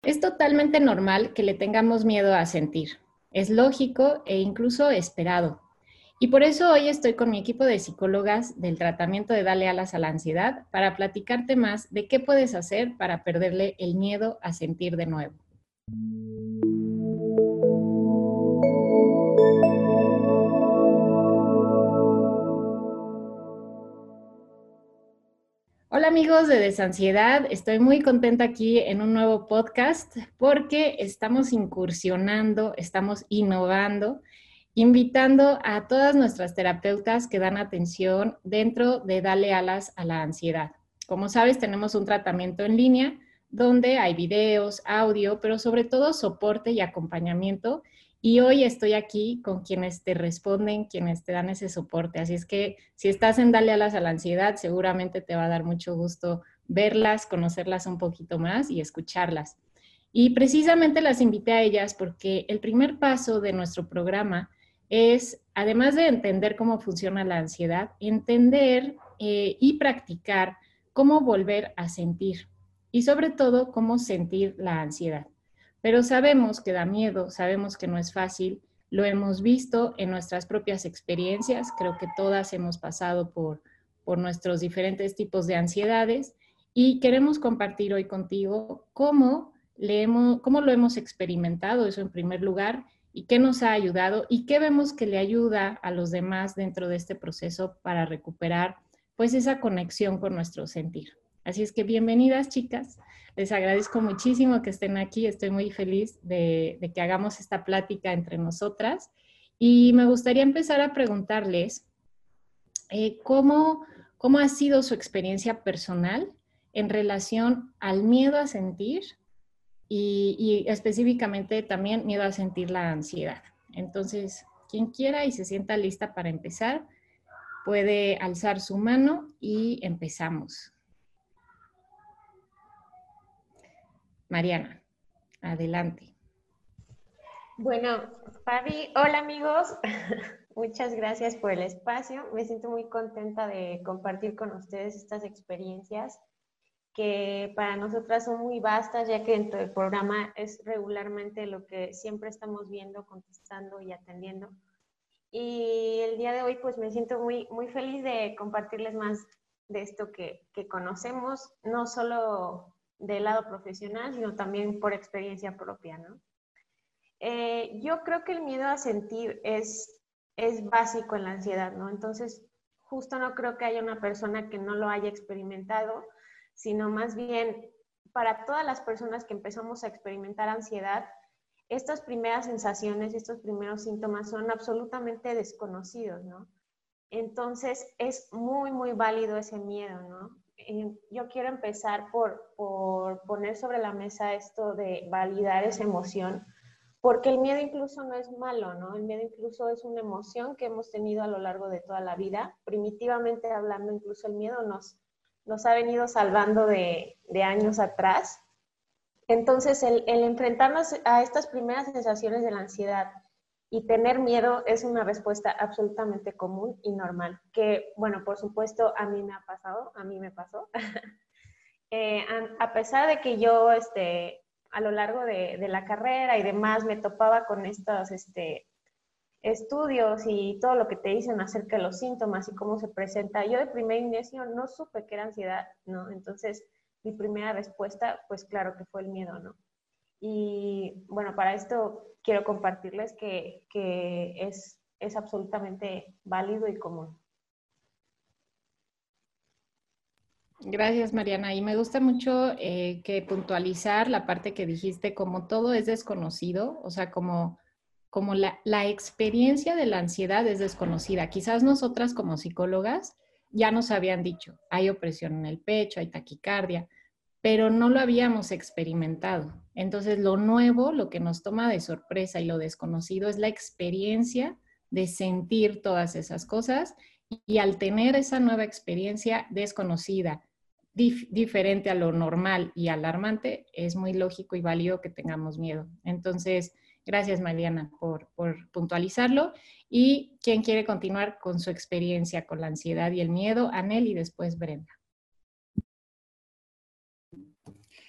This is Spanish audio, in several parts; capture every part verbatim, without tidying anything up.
Es totalmente normal que le tengamos miedo a sentir. Es lógico e incluso esperado. Y por eso hoy estoy con mi equipo de psicólogas del tratamiento de Dale Alas a la Ansiedad para platicarte más de qué puedes hacer para perderle el miedo a sentir de nuevo. Hola amigos de Desansiedad, estoy muy contenta aquí en un nuevo podcast porque estamos incursionando, estamos innovando, invitando a todas nuestras terapeutas que dan atención dentro de Dale Alas a la Ansiedad. Como sabes, tenemos un tratamiento en línea donde hay videos, audio, pero sobre todo soporte y acompañamiento. Y hoy estoy aquí con quienes te responden, quienes te dan ese soporte. Así es que si estás en Dale Alas a la Ansiedad, seguramente te va a dar mucho gusto verlas, conocerlas un poquito más y escucharlas. Y precisamente las invité a ellas porque el primer paso de nuestro programa es, además de entender cómo funciona la ansiedad, entender eh, y practicar cómo volver a sentir y sobre todo cómo sentir la ansiedad. Pero sabemos que da miedo, sabemos que no es fácil, lo hemos visto en nuestras propias experiencias, creo que todas hemos pasado por, por nuestros diferentes tipos de ansiedades y queremos compartir hoy contigo cómo, le hemos, cómo lo hemos experimentado, eso en primer lugar, y qué nos ha ayudado y qué vemos que le ayuda a los demás dentro de este proceso para recuperar pues esa conexión con nuestro sentir. Así es que bienvenidas, chicas. Les agradezco muchísimo que estén aquí. Estoy muy feliz de, de que hagamos esta plática entre nosotras. Y me gustaría empezar a preguntarles eh, ¿cómo, cómo ha sido su experiencia personal en relación al miedo a sentir y, y específicamente también miedo a sentir la ansiedad. Entonces, quien quiera y se sienta lista para empezar, puede alzar su mano y empezamos. Mariana, adelante. Bueno, Fabi, hola amigos, muchas gracias por el espacio. Me siento muy contenta de compartir con ustedes estas experiencias que para nosotras son muy vastas, ya que dentro del programa es regularmente lo que siempre estamos viendo, contestando y atendiendo. Y el día de hoy pues me siento muy, muy feliz de compartirles más de esto que, que conocemos, no solo del lado profesional, sino también por experiencia propia, ¿no? Eh, yo creo que el miedo a sentir es, es básico en la ansiedad, ¿no? Entonces, justo no creo que haya una persona que no lo haya experimentado, sino más bien para todas las personas que empezamos a experimentar ansiedad, estas primeras sensaciones, estos primeros síntomas son absolutamente desconocidos, ¿no? Entonces, es muy, muy válido ese miedo, ¿no? Eh, yo quiero empezar por, por poner sobre la mesa esto de validar esa emoción, porque el miedo incluso no es malo, ¿no? El miedo incluso es una emoción que hemos tenido a lo largo de toda la vida. Primitivamente hablando, incluso el miedo nos, nos ha venido salvando de, de años atrás. Entonces, el, el enfrentarnos a estas primeras sensaciones de la ansiedad y tener miedo es una respuesta absolutamente común y normal, que, bueno, por supuesto, a mí me ha pasado, a mí me pasó. eh, a, a pesar de que yo, este, a lo largo de, de, la carrera y demás, me topaba con estos este, estudios y todo lo que te dicen acerca de los síntomas y cómo se presenta. Yo de primer inicio no supe que era ansiedad, ¿no? Entonces, mi primera respuesta, pues claro que fue el miedo, ¿no? Y bueno, para esto quiero compartirles que, que es, es absolutamente válido y común. Gracias, Mariana. Y me gusta mucho eh, que puntualizar la parte que dijiste, como todo es desconocido, o sea, como, como la, la experiencia de la ansiedad es desconocida. Quizás nosotras como psicólogas ya nos habían dicho, hay opresión en el pecho, hay taquicardia, pero no lo habíamos experimentado. Entonces, lo nuevo, lo que nos toma de sorpresa y lo desconocido es la experiencia de sentir todas esas cosas y al tener esa nueva experiencia desconocida, dif diferente a lo normal y alarmante, es muy lógico y válido que tengamos miedo. Entonces, gracias Mariana por, por puntualizarlo. ¿Y quién quiere continuar con su experiencia con la ansiedad y el miedo? Anel y después Brenda.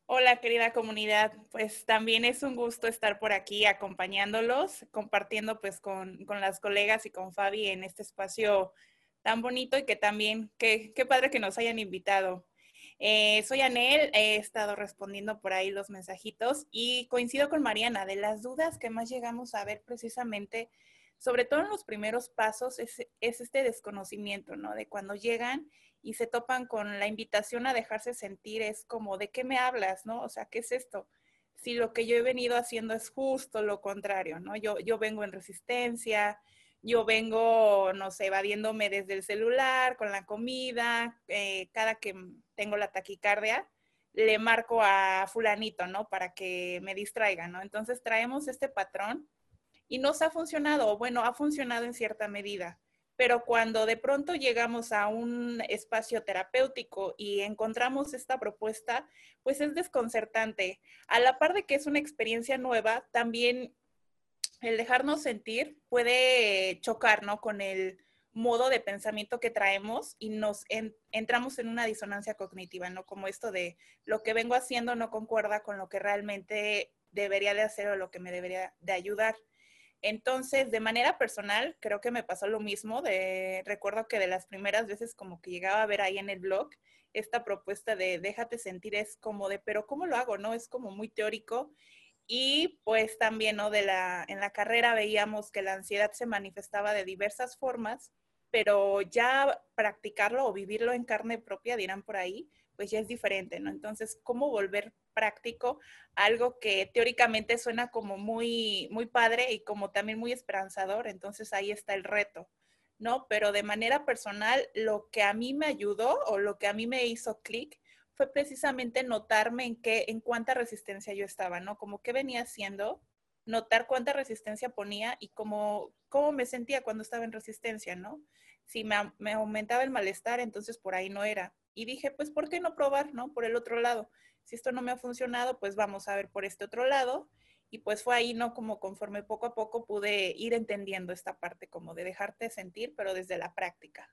Hola, querida comunidad. Pues también es un gusto estar por aquí acompañándolos, compartiendo pues con, con las colegas y con Fabi en este espacio tan bonito y que también, qué, qué padre que nos hayan invitado. Eh, soy Anel, he estado respondiendo por ahí los mensajitos y coincido con Mariana, de las dudas que más llegamos a ver precisamente, sobre todo en los primeros pasos, es, es este desconocimiento, ¿no? De cuando llegan y se topan con la invitación a dejarse sentir, es como, ¿de qué me hablas, no? O sea, ¿qué es esto? Si lo que yo he venido haciendo es justo lo contrario, ¿no? Yo, yo vengo en resistencia, yo vengo, no sé, evadiéndome desde el celular, con la comida, eh, cada que tengo la taquicardia, le marco a fulanito, ¿no? Para que me distraiga, ¿no? Entonces traemos este patrón y nos ha funcionado, o bueno, ha funcionado en cierta medida. Pero cuando de pronto llegamos a un espacio terapéutico y encontramos esta propuesta, pues es desconcertante. A la par de que es una experiencia nueva, también el dejarnos sentir puede chocar, ¿no? Con el modo de pensamiento que traemos y nos en, entramos en una disonancia cognitiva, ¿no? Como esto de lo que vengo haciendo no concuerda con lo que realmente debería de hacer o lo que me debería de ayudar. Entonces, de manera personal, creo que me pasó lo mismo. De, recuerdo que de las primeras veces como que llegaba a ver ahí en el blog esta propuesta de déjate sentir es como de, pero ¿cómo lo hago? ¿No? Es como muy teórico. Y pues también, ¿no? De la, en la carrera veíamos que la ansiedad se manifestaba de diversas formas, pero ya practicarlo o vivirlo en carne propia, dirán por ahí, pues ya es diferente, ¿no? Entonces, ¿cómo volver práctico algo que teóricamente suena como muy, muy padre y como también muy esperanzador? Entonces ahí está el reto, ¿no? Pero de manera personal, lo que a mí me ayudó o lo que a mí me hizo clic fue precisamente notarme en qué, en cuánta resistencia yo estaba, ¿no? Como qué venía haciendo, notar cuánta resistencia ponía y cómo, cómo me sentía cuando estaba en resistencia, ¿no? Si me, me aumentaba el malestar, entonces por ahí no era. Y dije, pues, ¿por qué no probar, no? Por el otro lado. Si esto no me ha funcionado, pues vamos a ver por este otro lado. Y pues fue ahí, ¿no? Como conforme poco a poco pude ir entendiendo esta parte como de dejarte sentir, pero desde la práctica.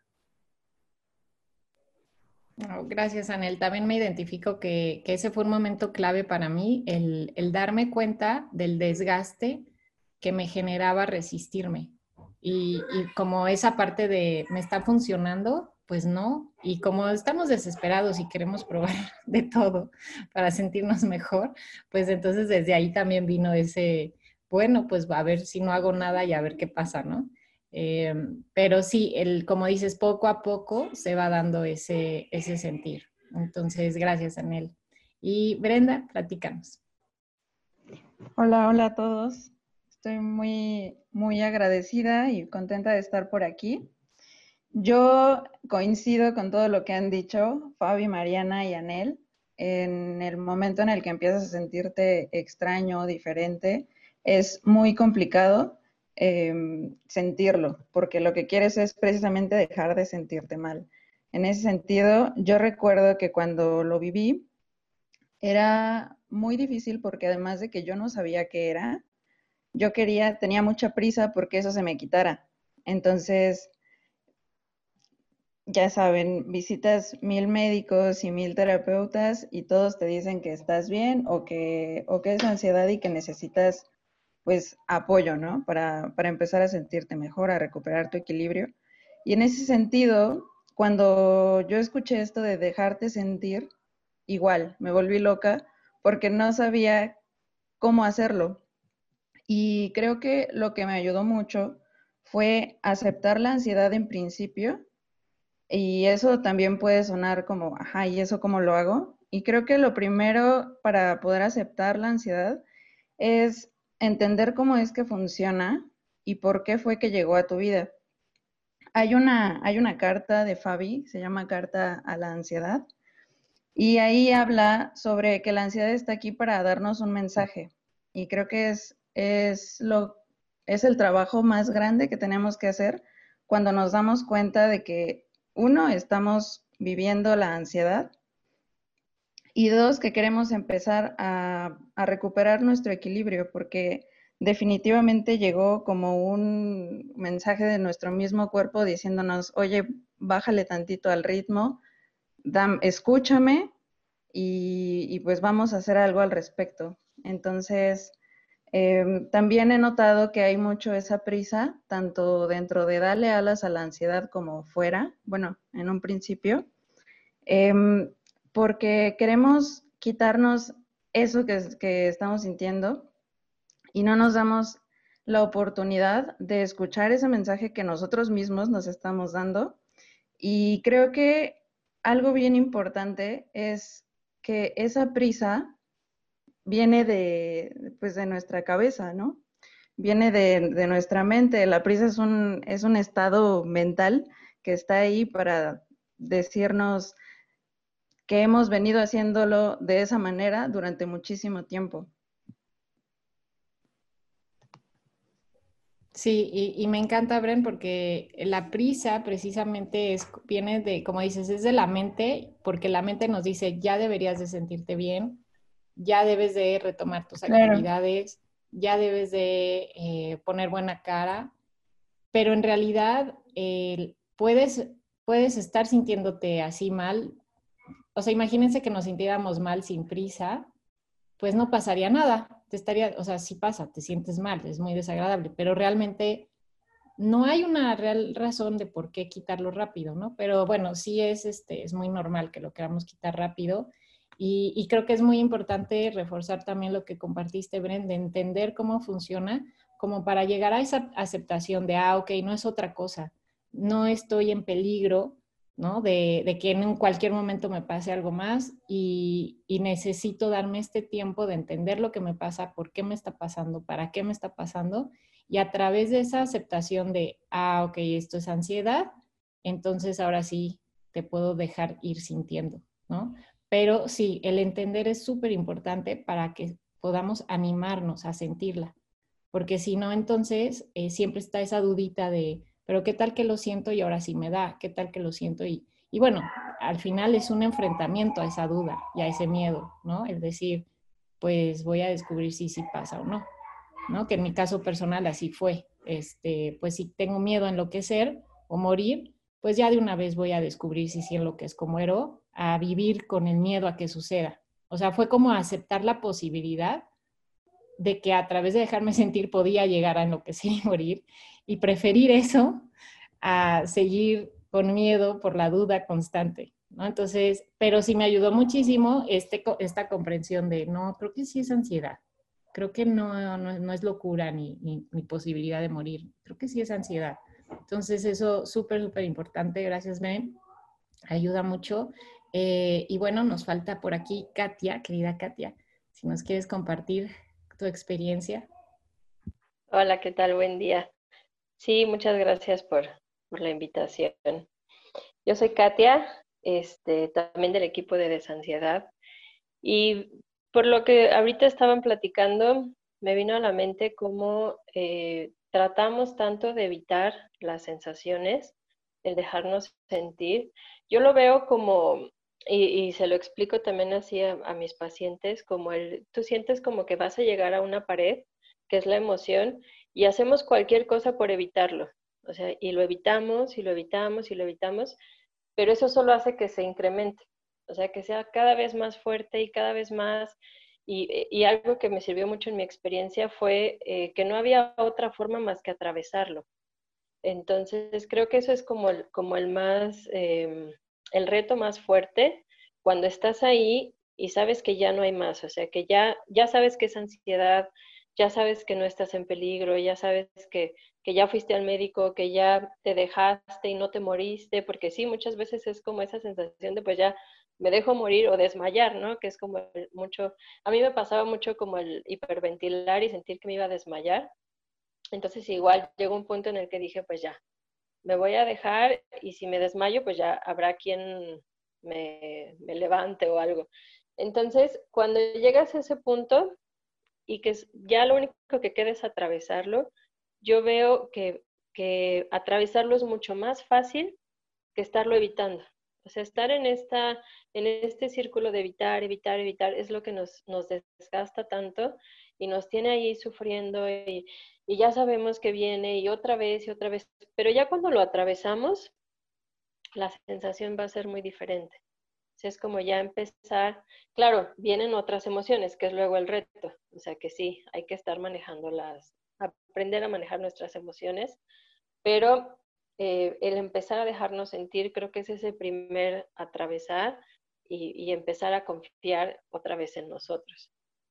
Oh, gracias, Anel. También me identifico que, que ese fue un momento clave para mí, el, el darme cuenta del desgaste que me generaba resistirme. Y, y como esa parte de, ¿me está funcionando? Pues no. Y como estamos desesperados y queremos probar de todo para sentirnos mejor, pues entonces desde ahí también vino ese, bueno, pues a ver si no hago nada y a ver qué pasa, ¿no? Eh, pero sí, el, como dices, poco a poco se va dando ese, ese sentir. Entonces, gracias, Anel. Y Brenda, platícanos. Hola, hola a todos. Estoy muy, muy agradecida y contenta de estar por aquí. Yo coincido con todo lo que han dicho Fabi, Mariana y Anel. En el momento en el que empiezas a sentirte extraño, diferente, es muy complicado eh, sentirlo, porque lo que quieres es precisamente dejar de sentirte mal. En ese sentido, yo recuerdo que cuando lo viví, era muy difícil porque además de que yo no sabía qué era, yo quería, tenía mucha prisa porque eso se me quitara. Entonces, ya saben, visitas mil médicos y mil terapeutas y todos te dicen que estás bien o que, o que es ansiedad y que necesitas pues apoyo, ¿no? Para, para empezar a sentirte mejor, a recuperar tu equilibrio. Y en ese sentido, cuando yo escuché esto de dejarte sentir, igual, me volví loca porque no sabía cómo hacerlo. Y creo que lo que me ayudó mucho fue aceptar la ansiedad en principio, y eso también puede sonar como, ajá, ¿y eso cómo lo hago? Y creo que lo primero para poder aceptar la ansiedad es entender cómo es que funciona y por qué fue que llegó a tu vida. Hay una, hay una carta de Fabi, se llama Carta a la Ansiedad, y ahí habla sobre que la ansiedad está aquí para darnos un mensaje. Y creo que es, es, lo, es el trabajo más grande que tenemos que hacer cuando nos damos cuenta de que, uno, estamos viviendo la ansiedad y dos, que queremos empezar a, a recuperar nuestro equilibrio, porque definitivamente llegó como un mensaje de nuestro mismo cuerpo diciéndonos, oye, bájale tantito al ritmo, dam, escúchame. y, y pues vamos a hacer algo al respecto. Entonces, eh, también he notado que hay mucho esa prisa, tanto dentro de darle alas a la ansiedad como fuera, bueno, en un principio, eh, porque queremos quitarnos eso que, que estamos sintiendo y no nos damos la oportunidad de escuchar ese mensaje que nosotros mismos nos estamos dando. Y creo que algo bien importante es que esa prisa viene de, pues, de nuestra cabeza, ¿no? Viene de, de nuestra mente. La prisa es un, es un estado mental que está ahí para decirnos que hemos venido haciéndolo de esa manera durante muchísimo tiempo. Sí, y, y me encanta, Bren, porque la prisa precisamente es, viene de, como dices, es de la mente, porque la mente nos dice, ya deberías de sentirte bien, ya debes de retomar tus Claro. actividades, ya debes de eh, poner buena cara, pero en realidad eh, puedes, puedes estar sintiéndote así mal. O sea, imagínense que nos sintiéramos mal sin prisa, pues no pasaría nada. Te estaría, o sea, sí pasa, te sientes mal, es muy desagradable, pero realmente no hay una real razón de por qué quitarlo rápido, ¿no? Pero bueno, sí es, este, es muy normal que lo queramos quitar rápido. Y, y creo que es muy importante reforzar también lo que compartiste, Bren, de entender cómo funciona, como para llegar a esa aceptación de, ah, ok, no es otra cosa, no estoy en peligro, ¿no? De, de que en cualquier momento me pase algo más y, y necesito darme este tiempo de entender lo que me pasa, por qué me está pasando, para qué me está pasando, y a través de esa aceptación de, ah, ok, esto es ansiedad, entonces ahora sí te puedo dejar ir sintiendo, ¿no? Pero sí, el entender es súper importante para que podamos animarnos a sentirla, porque si no, entonces eh, siempre está esa dudita de, pero ¿qué tal que lo siento y ahora sí me da? ¿Qué tal que lo siento? Y, y bueno, al final es un enfrentamiento a esa duda y a ese miedo, ¿no? El decir, pues voy a descubrir si sí pasa o no. ¿No? Que en mi caso personal así fue. Este, pues si tengo miedo a enloquecer o morir, pues ya de una vez voy a descubrir si sí enloquezco, muero, a vivir con el miedo a que suceda. O sea, fue como aceptar la posibilidad de que a través de dejarme sentir podía llegar a enloquecer y morir, y preferir eso a seguir con miedo por la duda constante, ¿no? Entonces, pero sí me ayudó muchísimo este, esta comprensión de, no, creo que sí es ansiedad, creo que no, no, no es locura ni, ni, ni, posibilidad de morir, creo que sí es ansiedad. Entonces, eso súper, súper importante, gracias, Ben, ayuda mucho. Eh, y bueno, nos falta por aquí Katia, querida Katia, si nos quieres compartir tu experiencia. Hola, ¿qué tal? Buen día. Sí, muchas gracias por, por la invitación. Yo soy Katia, este, también del equipo de Desansiedad, y por lo que ahorita estaban platicando, me vino a la mente cómo eh, tratamos tanto de evitar las sensaciones, el dejarnos sentir. Yo lo veo como, y, y se lo explico también así a, a mis pacientes, como el, tú sientes como que vas a llegar a una pared, que es la emoción, y hacemos cualquier cosa por evitarlo. O sea, y lo evitamos, y lo evitamos, y lo evitamos, pero eso solo hace que se incremente. O sea, que sea cada vez más fuerte y cada vez más. Y, y algo que me sirvió mucho en mi experiencia fue eh, que no había otra forma más que atravesarlo. Entonces, creo que eso es como el, como el más, eh, el reto más fuerte cuando estás ahí y sabes que ya no hay más. O sea, que ya, ya sabes que es ansiedad, ya sabes que no estás en peligro, ya sabes que, que ya fuiste al médico, que ya te dejaste y no te moriste, porque sí, muchas veces es como esa sensación de pues ya me dejo morir o desmayar, ¿no? Que es como el, mucho, a mí me pasaba mucho como el hiperventilar y sentir que me iba a desmayar. Entonces igual llegó un punto en el que dije, pues ya, me voy a dejar y si me desmayo, pues ya habrá quien me, me levante o algo. Entonces, cuando llegas a ese punto y que ya lo único que queda es atravesarlo, yo veo que, que atravesarlo es mucho más fácil que estarlo evitando. O sea, estar en, esta, en este círculo de evitar, evitar, evitar, es lo que nos, nos desgasta tanto y nos tiene ahí sufriendo y, y ya sabemos que viene y otra vez y otra vez. Pero ya cuando lo atravesamos, la sensación va a ser muy diferente. Es como ya empezar, claro, vienen otras emociones, que es luego el reto, o sea que sí, hay que estar manejando las, aprender a manejar nuestras emociones, pero eh, el empezar a dejarnos sentir, creo que es ese primer atravesar y, y empezar a confiar otra vez en nosotros.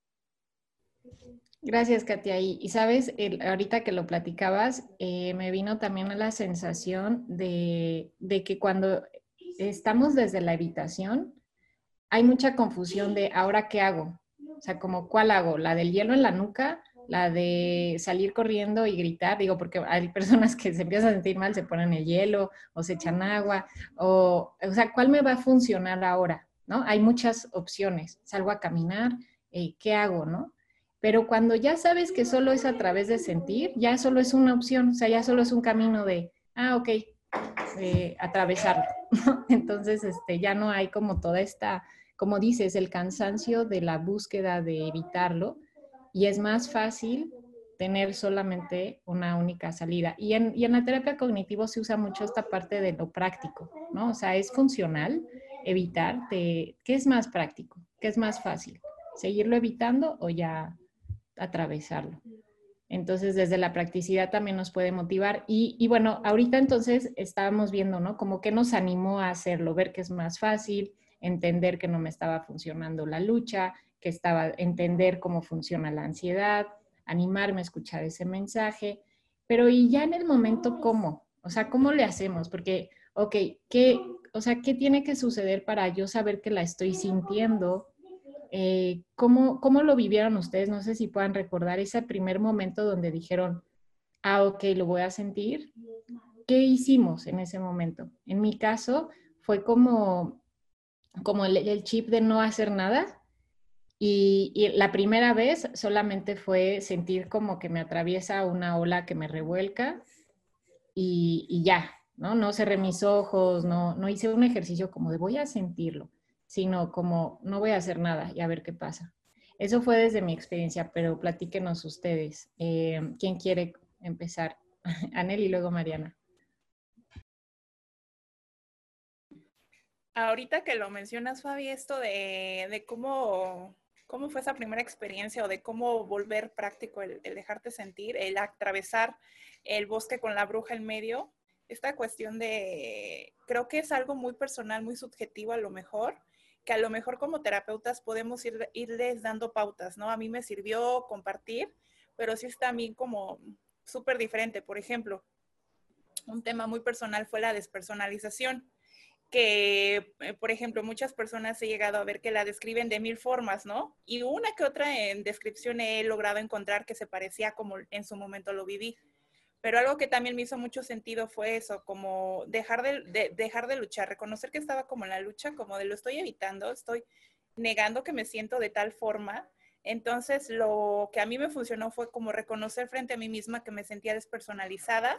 Gracias, Katia. Y, y sabes, el, ahorita que lo platicabas, eh, me vino también la sensación de, de que cuando estamos desde la evitación, hay mucha confusión de ahora qué hago. O sea, como cuál hago, la del hielo en la nuca, la de salir corriendo y gritar, digo, porque hay personas que se empiezan a sentir mal, se ponen el hielo o se echan agua, o, o sea, ¿cuál me va a funcionar ahora? ¿No? Hay muchas opciones. Salgo a caminar, eh, ¿qué hago? ¿No? Pero cuando ya sabes que solo es a través de sentir, ya solo es una opción, o sea, ya solo es un camino de, ah, ok, eh, atravesarlo, ¿no? Entonces, este, ya no hay como toda esta, como dices, el cansancio de la búsqueda de evitarlo y es más fácil tener solamente una única salida. Y en, y en la terapia cognitivo se usa mucho esta parte de lo práctico, ¿no? O sea, es funcional evitar, de, ¿qué es más práctico? ¿Qué es más fácil? ¿Seguirlo evitando o ya atravesarlo? Entonces, desde la practicidad también nos puede motivar. Y, y bueno, ahorita entonces estábamos viendo, ¿no? Como que nos animó a hacerlo, ver que es más fácil, entender que no me estaba funcionando la lucha, que estaba, entender cómo funciona la ansiedad, animarme a escuchar ese mensaje. Pero ¿y ya en el momento cómo? O sea, ¿cómo le hacemos? Porque, ok, ¿qué, o sea, ¿qué tiene que suceder para yo saber que la estoy sintiendo? Eh, ¿cómo, ¿Cómo lo vivieron ustedes? No sé si puedan recordar ese primer momento donde dijeron, ah, ok, lo voy a sentir. ¿Qué hicimos en ese momento? En mi caso fue como, como el, el chip de no hacer nada y, y la primera vez solamente fue sentir como que me atraviesa una ola que me revuelca y, y ya, ¿no? No cerré mis ojos, no, no hice un ejercicio como de voy a sentirlo, sino como no voy a hacer nada y a ver qué pasa. Eso fue desde mi experiencia, pero platíquenos ustedes. Eh, ¿Quién quiere empezar? Anel y luego Mariana. Ahorita que lo mencionas, Fabi, esto de, de cómo, cómo fue esa primera experiencia o de cómo volver práctico el, el dejarte sentir, el atravesar el bosque con la bruja en medio, esta cuestión de, creo que es algo muy personal, muy subjetivo a lo mejor, que a lo mejor como terapeutas podemos ir, irles dando pautas, ¿no? A mí me sirvió compartir, pero sí es también como súper diferente. Por ejemplo, un tema muy personal fue la despersonalización, que, eh, por ejemplo, muchas personas he llegado a ver que la describen de mil formas, ¿no? Y una que otra en descripción he logrado encontrar que se parecía como en su momento lo viví. Pero algo que también me hizo mucho sentido fue eso, como dejar de, de, dejar de luchar, reconocer que estaba como en la lucha, como de lo estoy evitando, estoy negando que me siento de tal forma. Entonces, lo que a mí me funcionó fue como reconocer frente a mí misma que me sentía despersonalizada.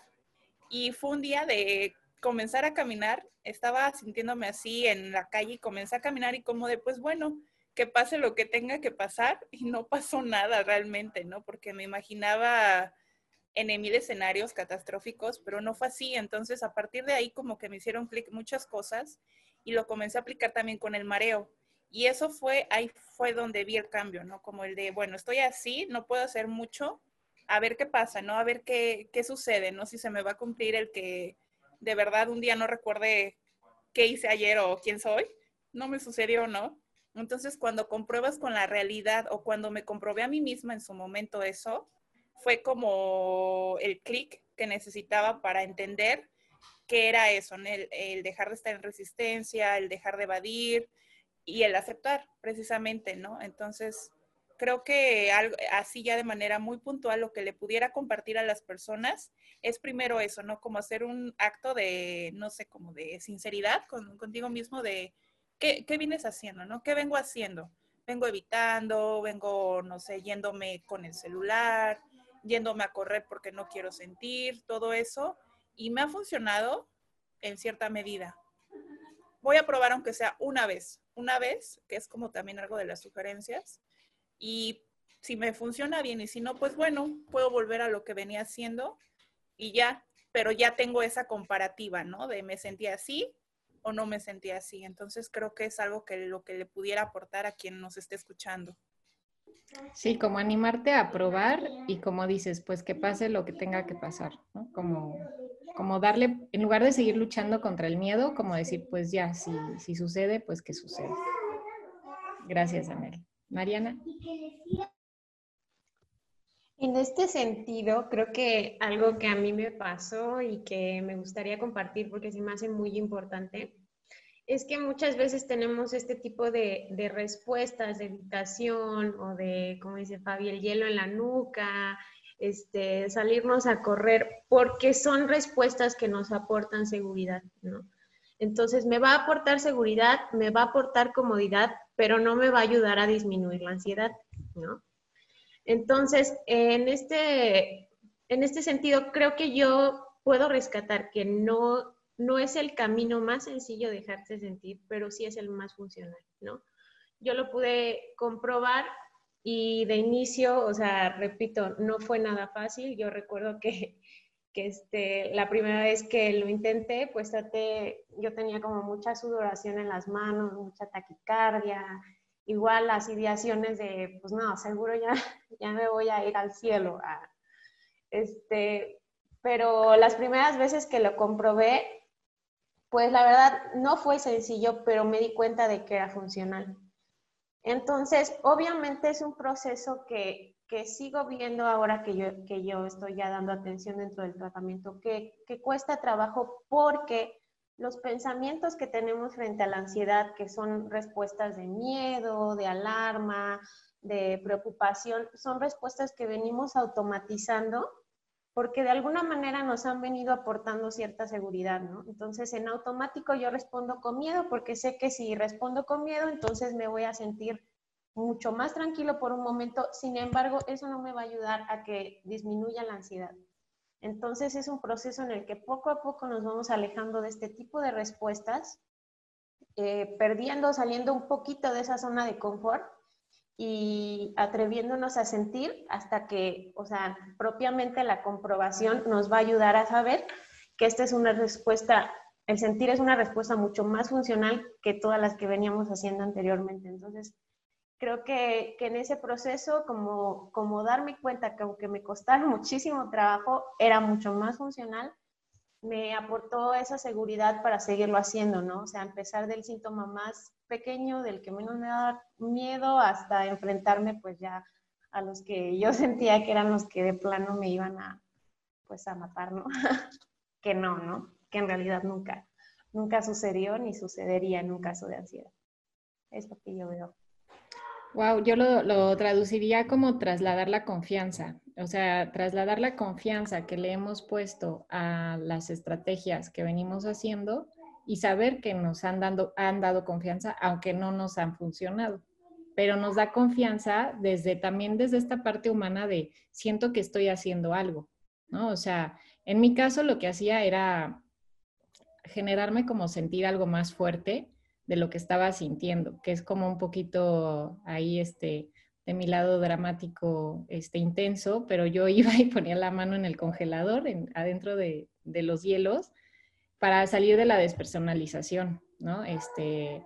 Y fue un día de comenzar a caminar, estaba sintiéndome así en la calle y comencé a caminar y como de, pues bueno, que pase lo que tenga que pasar y no pasó nada realmente, ¿no? Porque me imaginaba en mil escenarios catastróficos, pero no fue así. Entonces, a partir de ahí como que me hicieron clic muchas cosas y lo comencé a aplicar también con el mareo. Y eso fue, ahí fue donde vi el cambio, ¿no? Como el de, bueno, estoy así, no puedo hacer mucho, a ver qué pasa, ¿no? A ver qué, qué sucede, ¿no? Si se me va a cumplir el que de verdad un día no recuerde qué hice ayer o quién soy, no me sucedió, ¿no? Entonces, cuando compruebas con la realidad o cuando me comprobé a mí misma en su momento eso, fue como el clic que necesitaba para entender qué era eso, ¿no? el, el dejar de estar en resistencia, el dejar de evadir y el aceptar precisamente, ¿no? Entonces, creo que algo, así ya de manera muy puntual lo que le pudiera compartir a las personas es primero eso, ¿no? Como hacer un acto de, no sé, como de sinceridad con, contigo mismo de ¿qué, qué vienes haciendo, ¿no? ¿Qué vengo haciendo? Vengo evitando, vengo, no sé, yéndome con el celular, yéndome a correr porque no quiero sentir, todo eso. Y me ha funcionado en cierta medida. Voy a probar aunque sea una vez, una vez, que es como también algo de las sugerencias. Y si me funciona bien y si no, pues bueno, puedo volver a lo que venía haciendo y ya, pero ya tengo esa comparativa, ¿no? De me sentía así, o no me sentía así. Entonces creo que es algo que lo que le pudiera aportar a quien nos esté escuchando. Sí, como animarte a probar y como dices, pues que pase lo que tenga que pasar, ¿no? Como, como darle, en lugar de seguir luchando contra el miedo, como decir, pues ya, si, si sucede, pues que sucede. Gracias, Anel. Mariana. En este sentido, creo que algo que a mí me pasó y que me gustaría compartir porque se me hace muy importante, es que muchas veces tenemos este tipo de, de respuestas de evitación o de, como dice Fabi, el hielo en la nuca, este, salirnos a correr, porque son respuestas que nos aportan seguridad, ¿no? Entonces, me va a aportar seguridad, me va a aportar comodidad, pero no me va a ayudar a disminuir la ansiedad, ¿no? Entonces, en este, en este sentido, creo que yo puedo rescatar que no, no es el camino más sencillo dejarse sentir, pero sí es el más funcional, ¿no? Yo lo pude comprobar y de inicio, o sea, repito, no fue nada fácil. Yo recuerdo que, que este, la primera vez que lo intenté, pues traté, yo tenía como mucha sudoración en las manos, mucha taquicardia, igual las ideaciones de, pues no, seguro ya, ya me voy a ir al cielo. A, este, pero las primeras veces que lo comprobé, pues la verdad no fue sencillo, pero me di cuenta de que era funcional. Entonces, obviamente es un proceso que, que sigo viendo ahora que yo, que yo estoy ya dando atención dentro del tratamiento, que, que cuesta trabajo porque los pensamientos que tenemos frente a la ansiedad, que son respuestas de miedo, de alarma, de preocupación, son respuestas que venimos automatizando porque de alguna manera nos han venido aportando cierta seguridad, ¿no? Entonces, en automático yo respondo con miedo porque sé que si respondo con miedo, entonces me voy a sentir mucho más tranquilo por un momento. Sin embargo, eso no me va a ayudar a que disminuya la ansiedad. Entonces, es un proceso en el que poco a poco nos vamos alejando de este tipo de respuestas, eh, perdiendo, saliendo un poquito de esa zona de confort y atreviéndonos a sentir hasta que, o sea, propiamente la comprobación nos va a ayudar a saber que esta es una respuesta, el sentir es una respuesta mucho más funcional que todas las que veníamos haciendo anteriormente. Entonces, creo que, que en ese proceso, como, como darme cuenta que aunque me costara muchísimo trabajo, era mucho más funcional, me aportó esa seguridad para seguirlo haciendo, ¿no? O sea, empezar del síntoma más pequeño, del que menos me da miedo, hasta enfrentarme pues ya a los que yo sentía que eran los que de plano me iban a, pues a matar, ¿no? Que no, ¿no? Que en realidad nunca, nunca sucedió ni sucedería en un caso de ansiedad. Es lo que yo veo. Wow, yo lo, lo traduciría como trasladar la confianza, o sea, trasladar la confianza que le hemos puesto a las estrategias que venimos haciendo y saber que nos han, dando, han dado confianza, aunque no nos han funcionado, pero nos da confianza desde también desde esta parte humana de siento que estoy haciendo algo, ¿no? O sea, en mi caso lo que hacía era generarme como sentir algo más fuerte de lo que estaba sintiendo, que es como un poquito ahí este, de mi lado dramático, este, intenso, pero yo iba y ponía la mano en el congelador, en, adentro de, de los hielos, para salir de la despersonalización, ¿no? Este,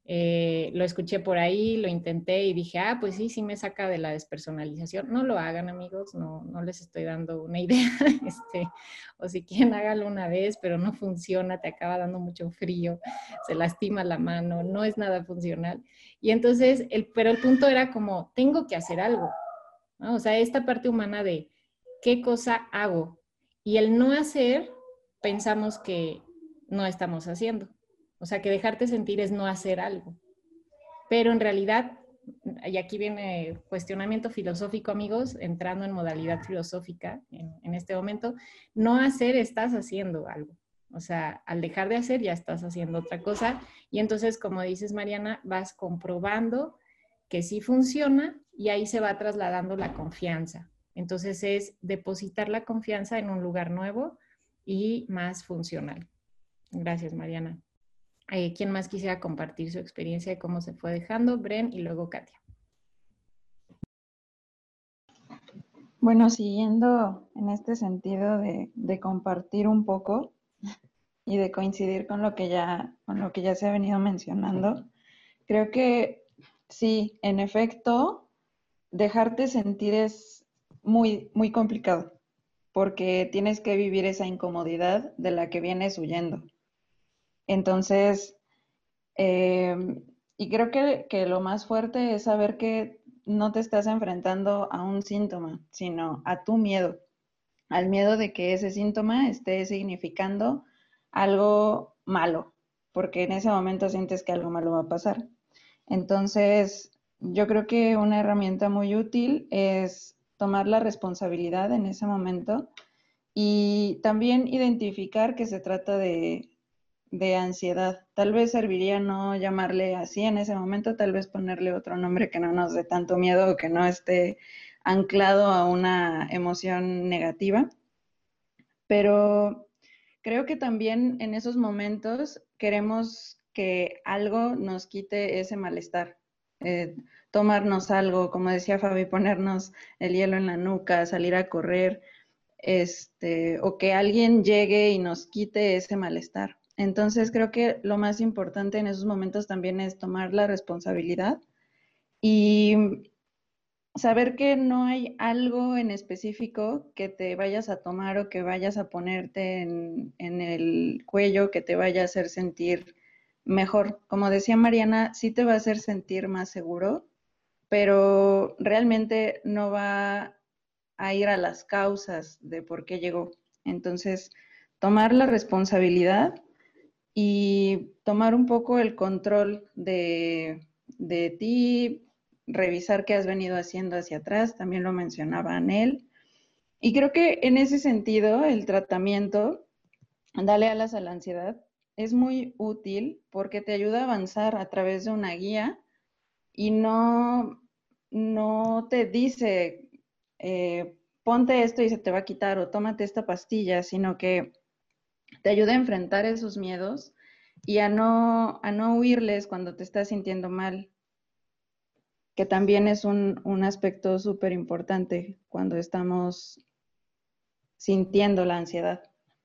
eh, lo escuché por ahí, lo intenté y dije, ah, pues sí, sí me saca de la despersonalización. No lo hagan, amigos, no, no les estoy dando una idea, este, o si quieren háganlo una vez, pero no funciona, te acaba dando mucho frío, se lastima la mano, no es nada funcional. Y entonces, el, pero el punto era como, tengo que hacer algo, ¿no? O sea, esta parte humana de qué cosa hago. Y el no hacer, pensamos que no estamos haciendo. O sea, que dejarte sentir es no hacer algo. Pero en realidad, y aquí viene cuestionamiento filosófico, amigos, entrando en modalidad filosófica en, en este momento, no hacer estás haciendo algo. O sea, al dejar de hacer ya estás haciendo otra cosa. Y entonces, como dices, Mariana, vas comprobando que sí funciona y ahí se va trasladando la confianza. Entonces es depositar la confianza en un lugar nuevo y más funcional. Gracias, Mariana. Eh, ¿Quién más quisiera compartir su experiencia de cómo se fue dejando? Bren y luego Katia. Bueno, siguiendo en este sentido de, de compartir un poco y de coincidir con lo que ya, con lo que ya se ha venido mencionando. Creo que sí, en efecto, dejarte sentir es muy, muy complicado, porque tienes que vivir esa incomodidad de la que vienes huyendo. Entonces, eh, y creo que, que lo más fuerte es saber que no te estás enfrentando a un síntoma, sino a tu miedo, al miedo de que ese síntoma esté significando algo malo, porque en ese momento sientes que algo malo va a pasar. Entonces, yo creo que una herramienta muy útil es tomar la responsabilidad en ese momento y también identificar que se trata de, de ansiedad. Tal vez serviría no llamarle así en ese momento, tal vez ponerle otro nombre que no nos dé tanto miedo o que no esté anclado a una emoción negativa. Pero creo que también en esos momentos queremos que algo nos quite ese malestar. Eh, tomarnos algo, como decía Fabi, ponernos el hielo en la nuca, salir a correr, este, o que alguien llegue y nos quite ese malestar. Entonces creo que lo más importante en esos momentos también es tomar la responsabilidad y saber que no hay algo en específico que te vayas a tomar o que vayas a ponerte en, en el cuello que te vaya a hacer sentir mejor. Como decía Mariana, sí te va a hacer sentir más seguro, pero realmente no va a ir a las causas de por qué llegó. Entonces, tomar la responsabilidad y tomar un poco el control de, de ti, revisar qué has venido haciendo hacia atrás, también lo mencionaba Anel. Y creo que en ese sentido, el tratamiento, Dale alas a la ansiedad, es muy útil porque te ayuda a avanzar a través de una guía y no, no te dice, eh, ponte esto y se te va a quitar o tómate esta pastilla, sino que te ayuda a enfrentar esos miedos y a no, a no huirles cuando te estás sintiendo mal, que también es un, un aspecto súper importante cuando estamos sintiendo la ansiedad.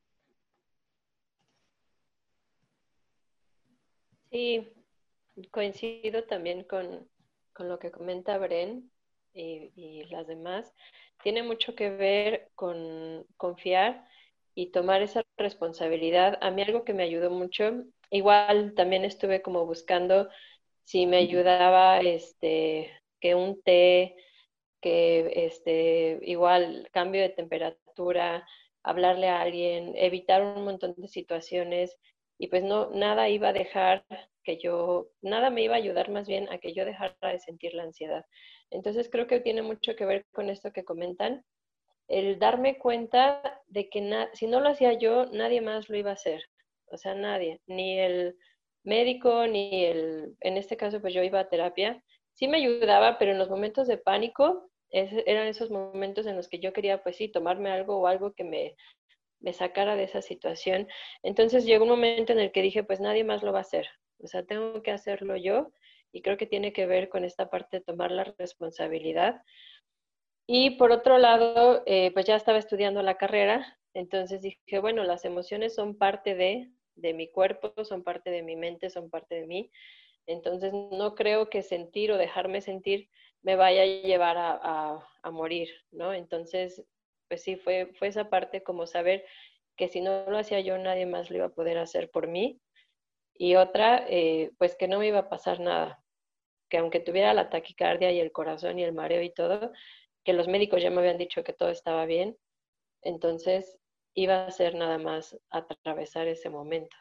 Sí, coincido también con, con lo que comenta Bren y, y las demás. Tiene mucho que ver con confiar y tomar esa responsabilidad. A mí algo que me ayudó mucho, igual también estuve como buscando si me ayudaba este, que un té, que este, igual cambio de temperatura, hablarle a alguien, evitar un montón de situaciones y pues no, nada iba a dejar que yo, nada me iba a ayudar más bien a que yo dejara de sentir la ansiedad. Entonces creo que tiene mucho que ver con esto que comentan, el darme cuenta de que na si no lo hacía yo, nadie más lo iba a hacer. O sea, nadie, ni el médico, ni el, en este caso pues yo iba a terapia. Sí me ayudaba, pero en los momentos de pánico, es, eran esos momentos en los que yo quería pues sí, tomarme algo o algo que me, me sacara de esa situación. Entonces llegó un momento en el que dije, pues nadie más lo va a hacer. O sea, tengo que hacerlo yo y creo que tiene que ver con esta parte de tomar la responsabilidad. Y por otro lado, eh, pues ya estaba estudiando la carrera, entonces dije, bueno, las emociones son parte de, de mi cuerpo, son parte de mi mente, son parte de mí. Entonces no creo que sentir o dejarme sentir me vaya a llevar a, a, a morir, ¿no? Entonces, pues sí, fue, fue esa parte como saber que si no lo hacía yo, nadie más lo iba a poder hacer por mí. Y otra, eh, pues que no me iba a pasar nada, que aunque tuviera la taquicardia y el corazón y el mareo y todo, que los médicos ya me habían dicho que todo estaba bien, entonces iba a ser nada más atravesar ese momento.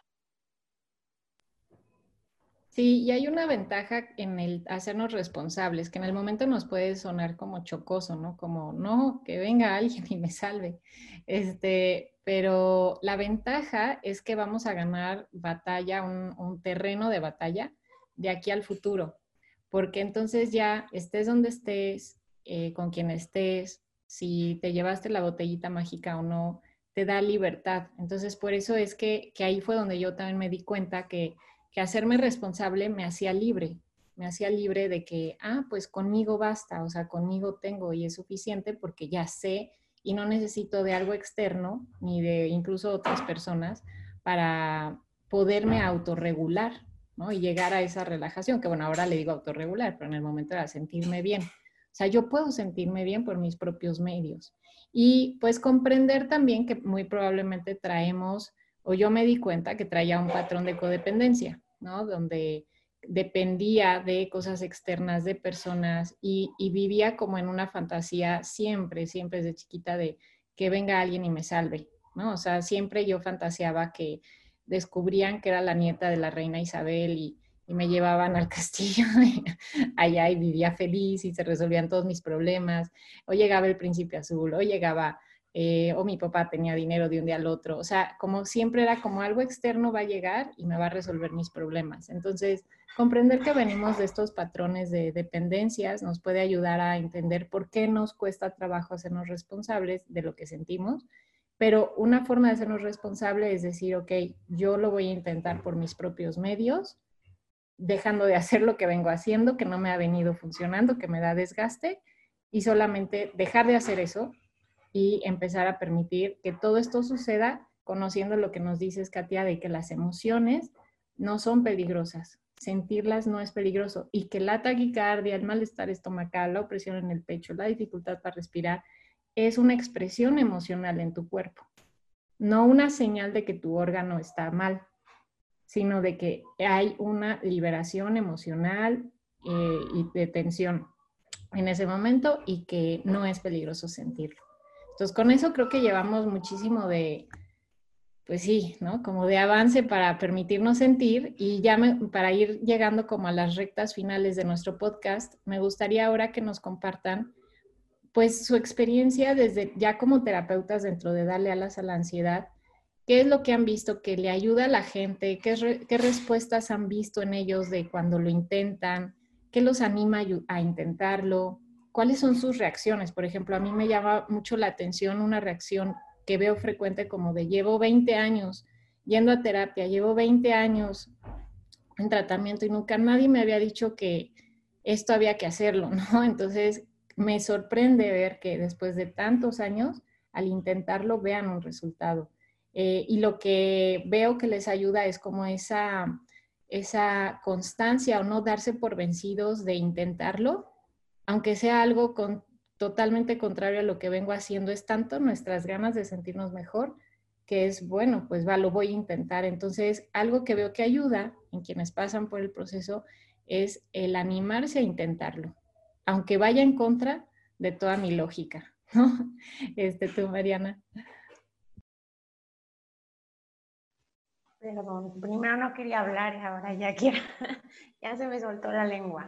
Sí, y hay una ventaja en el hacernos responsables, que en el momento nos puede sonar como chocoso, ¿no? Como, no, que venga alguien y me salve. Este, pero la ventaja es que vamos a ganar batalla, un, un terreno de batalla de aquí al futuro, porque entonces ya estés donde estés, eh, con quien estés, si te llevaste la botellita mágica o no, te da libertad. Entonces, por eso es que, que ahí fue donde yo también me di cuenta que que hacerme responsable me hacía libre, me hacía libre de que, ah, pues conmigo basta, o sea, conmigo tengo y es suficiente porque ya sé y no necesito de algo externo ni de incluso otras personas para poderme autorregular, ¿no? Y llegar a esa relajación, que bueno, ahora le digo autorregular, pero en el momento era sentirme bien. O sea, yo puedo sentirme bien por mis propios medios. Y pues comprender también que muy probablemente traemos, o yo me di cuenta que traía un patrón de codependencia, ¿no? Donde dependía de cosas externas, de personas, y, y vivía como en una fantasía siempre, siempre desde chiquita de que venga alguien y me salve, ¿no? O sea, siempre yo fantaseaba que descubrían que era la nieta de la reina Isabel y, y me llevaban al castillo allá y vivía feliz y se resolvían todos mis problemas. O llegaba el príncipe azul, o llegaba, eh, o mi papá tenía dinero de un día al otro. O sea, como siempre era como algo externo va a llegar y me va a resolver mis problemas. Entonces, comprender que venimos de estos patrones de dependencias nos puede ayudar a entender por qué nos cuesta trabajo hacernos responsables de lo que sentimos. Pero una forma de hacernos responsables es decir, ok, yo lo voy a intentar por mis propios medios, dejando de hacer lo que vengo haciendo, que no me ha venido funcionando, que me da desgaste, y solamente dejar de hacer eso y empezar a permitir que todo esto suceda, conociendo lo que nos dices, Katia, de que las emociones no son peligrosas. Sentirlas no es peligroso y que la taquicardia, el malestar estomacal, la opresión en el pecho, la dificultad para respirar, es una expresión emocional en tu cuerpo, no una señal de que tu órgano está mal, sino de que hay una liberación emocional eh, y de tensión en ese momento y que no es peligroso sentirlo. Entonces, con eso creo que llevamos muchísimo de, pues sí, ¿no? Como de avance para permitirnos sentir, y ya me, para ir llegando como a las rectas finales de nuestro podcast, me gustaría ahora que nos compartan pues su experiencia desde ya como terapeutas dentro de Darle Alas a la Ansiedad. ¿Qué es lo que han visto que le ayuda a la gente? ¿Qué, re, qué respuestas han visto en ellos de cuando lo intentan? ¿Qué los anima a intentarlo? ¿Cuáles son sus reacciones? Por ejemplo, a mí me llama mucho la atención una reacción que veo frecuente como de llevo veinte años yendo a terapia, llevo veinte años en tratamiento y nunca nadie me había dicho que esto había que hacerlo, ¿no? Entonces me sorprende ver que después de tantos años, al intentarlo, vean un resultado. Eh, y lo que veo que les ayuda es como esa, esa constancia o no darse por vencidos de intentarlo, aunque sea algo con, totalmente contrario a lo que vengo haciendo, es tanto nuestras ganas de sentirnos mejor que es, bueno, pues va, lo voy a intentar. Entonces, algo que veo que ayuda en quienes pasan por el proceso es el animarse a intentarlo, aunque vaya en contra de toda mi lógica, ¿no? Este, tú, Mariana. Perdón, primero no quería hablar y ahora ya quiero, ya se me soltó la lengua.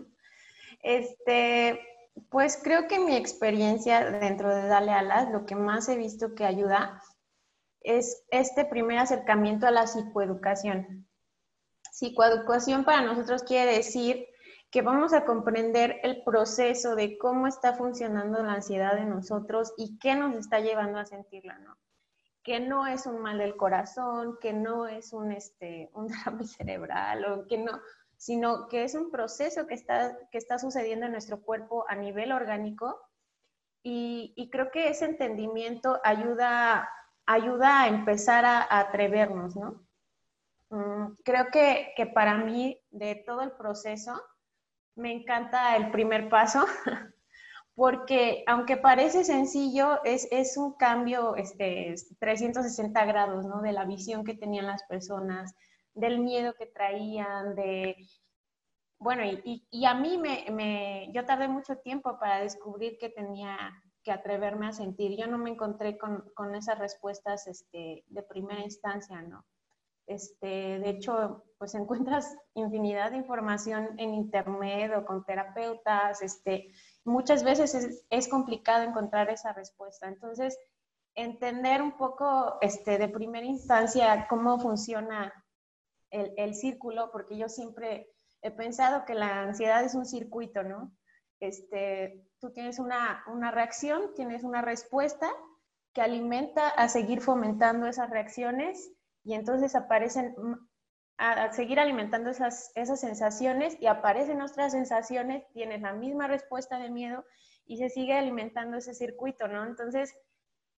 Este, pues creo que mi experiencia dentro de Dale Alas, lo que más he visto que ayuda es este primer acercamiento a la psicoeducación. Psicoeducación para nosotros quiere decir que vamos a comprender el proceso de cómo está funcionando la ansiedad en nosotros y qué nos está llevando a sentirla, ¿no? Que no es un mal del corazón, que no es un, este, un derrame cerebral, o que no, sino que es un proceso que está, que está sucediendo en nuestro cuerpo a nivel orgánico, y, y creo que ese entendimiento ayuda, ayuda a empezar a, a atrevernos, ¿no? Um, creo que, que para mí, de todo el proceso, me encanta el primer paso, porque aunque parece sencillo, es, es un cambio este, trescientos sesenta grados, ¿no? De la visión que tenían las personas, del miedo que traían, de... Bueno, y, y, y a mí me, me... Yo tardé mucho tiempo para descubrir que tenía que atreverme a sentir. Yo no me encontré con, con esas respuestas este, de primera instancia, ¿no? Este, de hecho, pues encuentras infinidad de información en internet o con terapeutas, este, muchas veces es, es complicado encontrar esa respuesta. Entonces, entender un poco este, de primera instancia cómo funciona el, el círculo, porque yo siempre he pensado que la ansiedad es un circuito, ¿no? Este, tú tienes una, una reacción, tienes una respuesta que alimenta a seguir fomentando esas reacciones, y entonces aparecen, a, a seguir alimentando esas, esas sensaciones, y aparecen otras sensaciones, tienes la misma respuesta de miedo y se sigue alimentando ese circuito, ¿no? Entonces,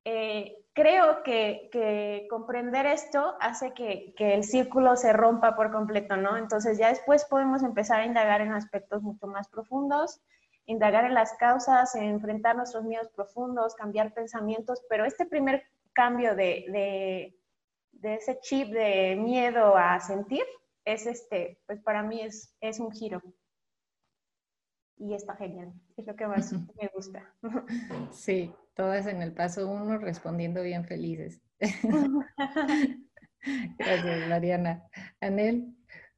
eh, creo que, que comprender esto hace que, que el círculo se rompa por completo, ¿no? Entonces ya después podemos empezar a indagar en aspectos mucho más profundos, indagar en las causas, enfrentar nuestros miedos profundos, cambiar pensamientos, pero este primer cambio de, de, de ese chip de miedo a sentir, es este, pues para mí es, es un giro. Y está genial, es lo que más me gusta. Sí, todas en el paso uno respondiendo bien felices. Gracias, Mariana. Anel.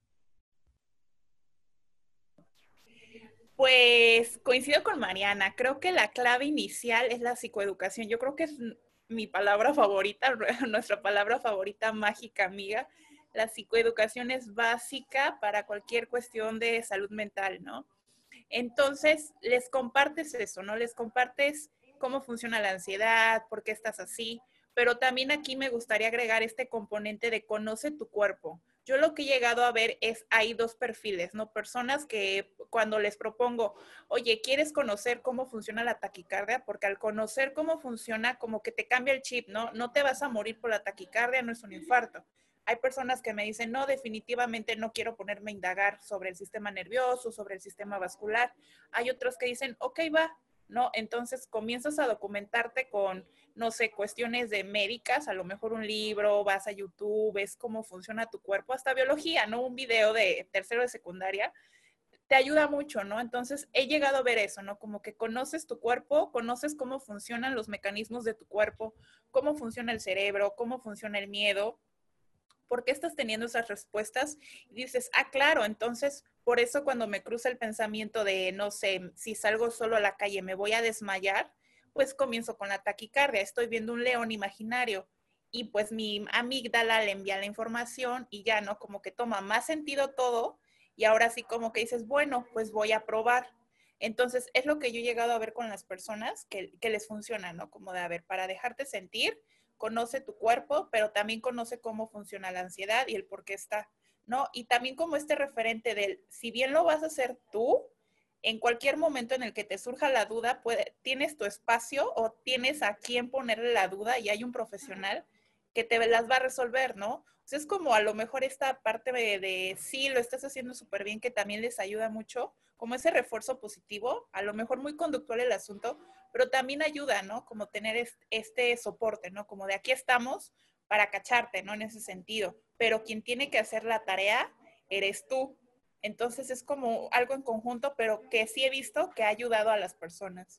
Pues coincido con Mariana, creo que la clave inicial es la psicoeducación. Yo creo que es mi palabra favorita, nuestra palabra favorita mágica, amiga. La psicoeducación es básica para cualquier cuestión de salud mental, ¿no? Entonces, les compartes eso, ¿no? Les compartes cómo funciona la ansiedad, por qué estás así, pero también aquí me gustaría agregar este componente de conoce tu cuerpo. Yo lo que he llegado a ver es, hay dos perfiles, ¿no? Personas que cuando les propongo, oye, ¿quieres conocer cómo funciona la taquicardia? Porque al conocer cómo funciona, como que te cambia el chip, ¿no? No te vas a morir por la taquicardia, no es un infarto. Hay personas que me dicen, no, definitivamente no quiero ponerme a indagar sobre el sistema nervioso, sobre el sistema vascular. Hay otros que dicen, ok, va, ¿no? Entonces comienzas a documentarte con, no sé, cuestiones de médicas, a lo mejor un libro, vas a YouTube, ves cómo funciona tu cuerpo, hasta biología, ¿no? Un video de tercero de secundaria, te ayuda mucho, ¿no? Entonces he llegado a ver eso, ¿no? Como que conoces tu cuerpo, conoces cómo funcionan los mecanismos de tu cuerpo, cómo funciona el cerebro, cómo funciona el miedo, ¿por qué estás teniendo esas respuestas? Y dices, ah, claro, entonces por eso cuando me cruza el pensamiento de, no sé, si salgo solo a la calle me voy a desmayar, pues comienzo con la taquicardia, estoy viendo un león imaginario y pues mi amígdala le envía la información y ya, ¿no? Como que toma más sentido todo y ahora sí como que dices, bueno, pues voy a probar. Entonces es lo que yo he llegado a ver con las personas que, que les funciona, ¿no? Como de, a ver, para dejarte sentir, conoce tu cuerpo, pero también conoce cómo funciona la ansiedad y el por qué está, ¿no? Y también como este referente del, si bien lo vas a hacer tú, en cualquier momento en el que te surja la duda, puede, tienes tu espacio o tienes a quien ponerle la duda y hay un profesional que te las va a resolver, ¿no? O sea, es como a lo mejor esta parte de, de sí, lo estás haciendo súper bien, que también les ayuda mucho, como ese refuerzo positivo, a lo mejor muy conductual el asunto, pero también ayuda, ¿no? Como tener este soporte, ¿no? Como de aquí estamos para cacharte, ¿no? En ese sentido. Pero quien tiene que hacer la tarea eres tú. Entonces es como algo en conjunto, pero que sí he visto que ha ayudado a las personas.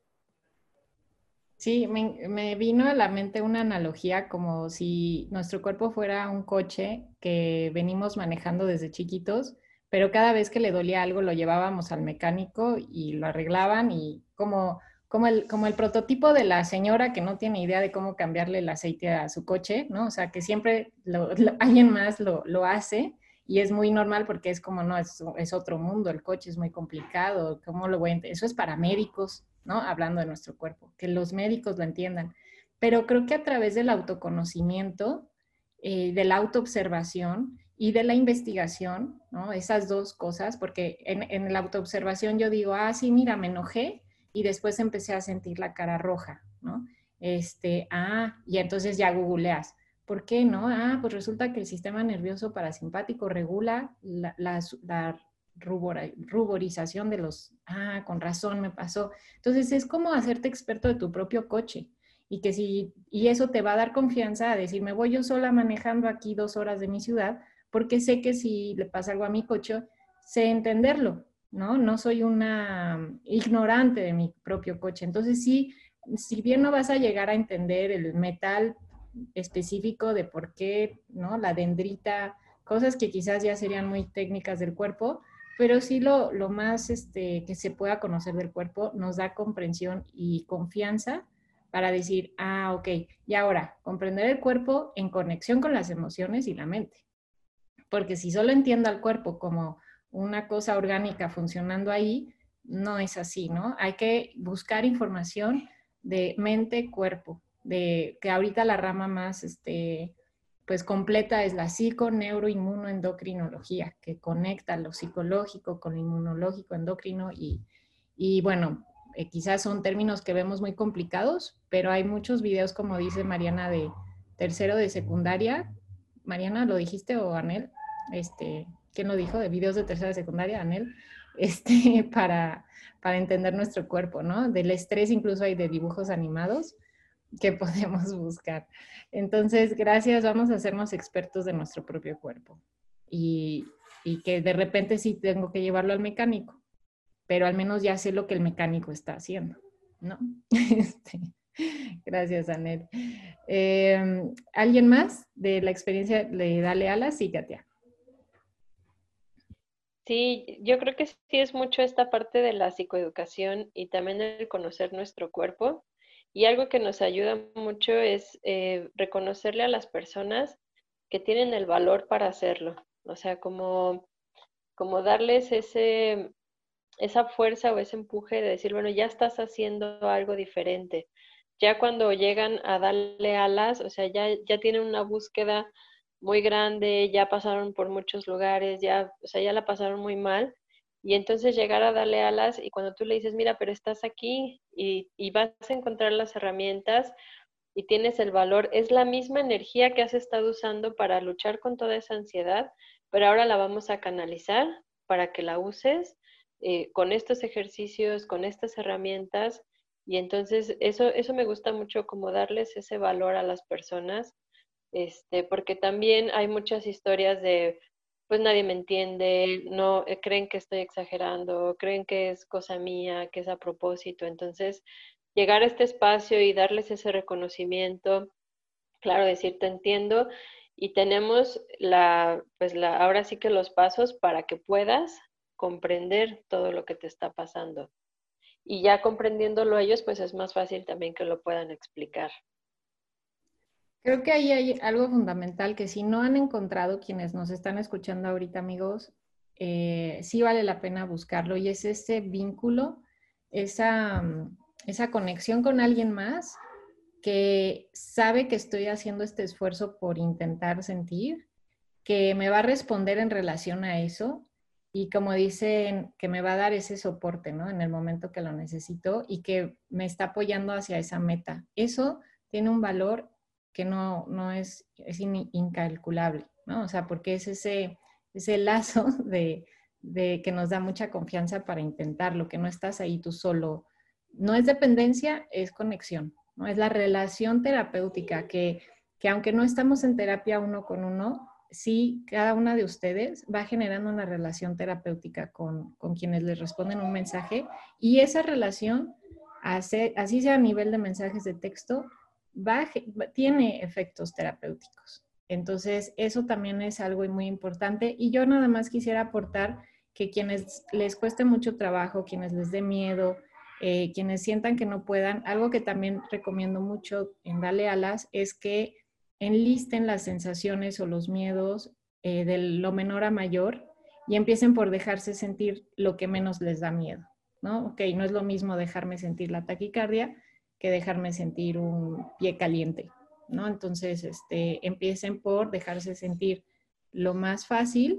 Sí, me, me vino a la mente una analogía como si nuestro cuerpo fuera un coche que venimos manejando desde chiquitos, pero cada vez que le dolía algo lo llevábamos al mecánico y lo arreglaban y como, como, el, como el prototipo de la señora que no tiene idea de cómo cambiarle el aceite a su coche, ¿no? O sea, que siempre lo, lo, alguien más lo, lo hace y es muy normal porque es como, no, es, es otro mundo, el coche es muy complicado, ¿cómo lo voy a entender? Eso es para médicos, ¿no? Hablando de nuestro cuerpo, que los médicos lo entiendan. Pero creo que a través del autoconocimiento, eh, de la autoobservación y de la investigación, ¿no? Esas dos cosas, porque en, en la autoobservación yo digo, ah, sí, mira, me enojé y después empecé a sentir la cara roja, ¿no? Este, ah, y entonces ya googleas. ¿Por qué no? Ah, pues resulta que el sistema nervioso parasimpático regula la, la, la rubora, ruborización de los, ah, con razón me pasó. Entonces es como hacerte experto de tu propio coche y que si, y eso te va a dar confianza a decir, me voy yo sola manejando aquí dos horas de mi ciudad, porque sé que si le pasa algo a mi coche, sé entenderlo, ¿no? No soy una ignorante de mi propio coche. Entonces sí, si bien no vas a llegar a entender el metal específico de por qué, ¿no? La dendrita, cosas que quizás ya serían muy técnicas del cuerpo, pero sí lo, lo más este, que se pueda conocer del cuerpo nos da comprensión y confianza para decir, ah, ok, y ahora, comprender el cuerpo en conexión con las emociones y la mente. Porque si solo entiendo al cuerpo como una cosa orgánica funcionando ahí, no es así, ¿no? Hay que buscar información de mente-cuerpo, de que ahorita la rama más, este, pues completa es la psico, neuro, inmuno, endocrinología, que conecta lo psicológico con lo inmunológico, endocrino y, y bueno, eh, quizás son términos que vemos muy complicados, pero hay muchos videos, como dice Mariana, de tercero de secundaria. Mariana, ¿lo dijiste o Anel? Este, ¿quién lo dijo? De videos de tercera de secundaria, Anel, este, para, para entender nuestro cuerpo, ¿no? Del estrés incluso hay de dibujos animados que podemos buscar. Entonces, gracias, vamos a hacernos expertos de nuestro propio cuerpo. Y, y que de repente sí tengo que llevarlo al mecánico, pero al menos ya sé lo que el mecánico está haciendo, ¿no? Este, gracias, Anel. Eh, ¿Alguien más de la experiencia de Dale Alas? Sí, Katia. Sí, yo creo que sí es mucho esta parte de la psicoeducación y también el conocer nuestro cuerpo. Y algo que nos ayuda mucho es eh, reconocerle a las personas que tienen el valor para hacerlo. O sea, como, como darles ese, esa fuerza o ese empuje de decir, bueno, ya estás haciendo algo diferente. Ya cuando llegan a darle alas, o sea, ya, ya tienen una búsqueda muy grande, ya pasaron por muchos lugares, ya, o sea, ya la pasaron muy mal. Y entonces llegar a darle alas y cuando tú le dices, mira, pero estás aquí y, y vas a encontrar las herramientas y tienes el valor, es la misma energía que has estado usando para luchar con toda esa ansiedad, pero ahora la vamos a canalizar para que la uses eh, con estos ejercicios, con estas herramientas. Y entonces eso, eso me gusta mucho, como darles ese valor a las personas, este, porque también hay muchas historias de, pues nadie me entiende, no eh, creen que estoy exagerando, creen que es cosa mía, que es a propósito. Entonces, llegar a este espacio y darles ese reconocimiento, claro, decir te entiendo y tenemos la, pues la, ahora sí que los pasos para que puedas comprender todo lo que te está pasando. Y ya comprendiéndolo ellos, pues es más fácil también que lo puedan explicar. Creo que ahí hay algo fundamental que si no han encontrado quienes nos están escuchando ahorita, amigos, eh, sí vale la pena buscarlo y es ese vínculo, esa, esa conexión con alguien más que sabe que estoy haciendo este esfuerzo por intentar sentir, que me va a responder en relación a eso y como dicen, que me va a dar ese soporte, ¿no? En el momento que lo necesito y que me está apoyando hacia esa meta. Eso tiene un valor que no, no es, es in, incalculable, ¿no? O sea, porque es ese, ese lazo de, de que nos da mucha confianza para intentarlo, que no estás ahí tú solo. No es dependencia, es conexión, ¿no? Es la relación terapéutica que, que aunque no estamos en terapia uno con uno, sí, cada una de ustedes va generando una relación terapéutica con, con quienes les responden un mensaje y esa relación, hace, así sea a nivel de mensajes de texto, va, tiene efectos terapéuticos. Entonces, eso también es algo muy importante. Y yo nada más quisiera aportar que quienes les cueste mucho trabajo, quienes les dé miedo, eh, quienes sientan que no puedan, algo que también recomiendo mucho en Dale Alas es que enlisten las sensaciones o los miedos eh, de lo menor a mayor y empiecen por dejarse sentir lo que menos les da miedo, ¿no? Ok, no es lo mismo dejarme sentir la taquicardia que dejarme sentir un pie caliente, ¿no? Entonces, este, empiecen por dejarse sentir lo más fácil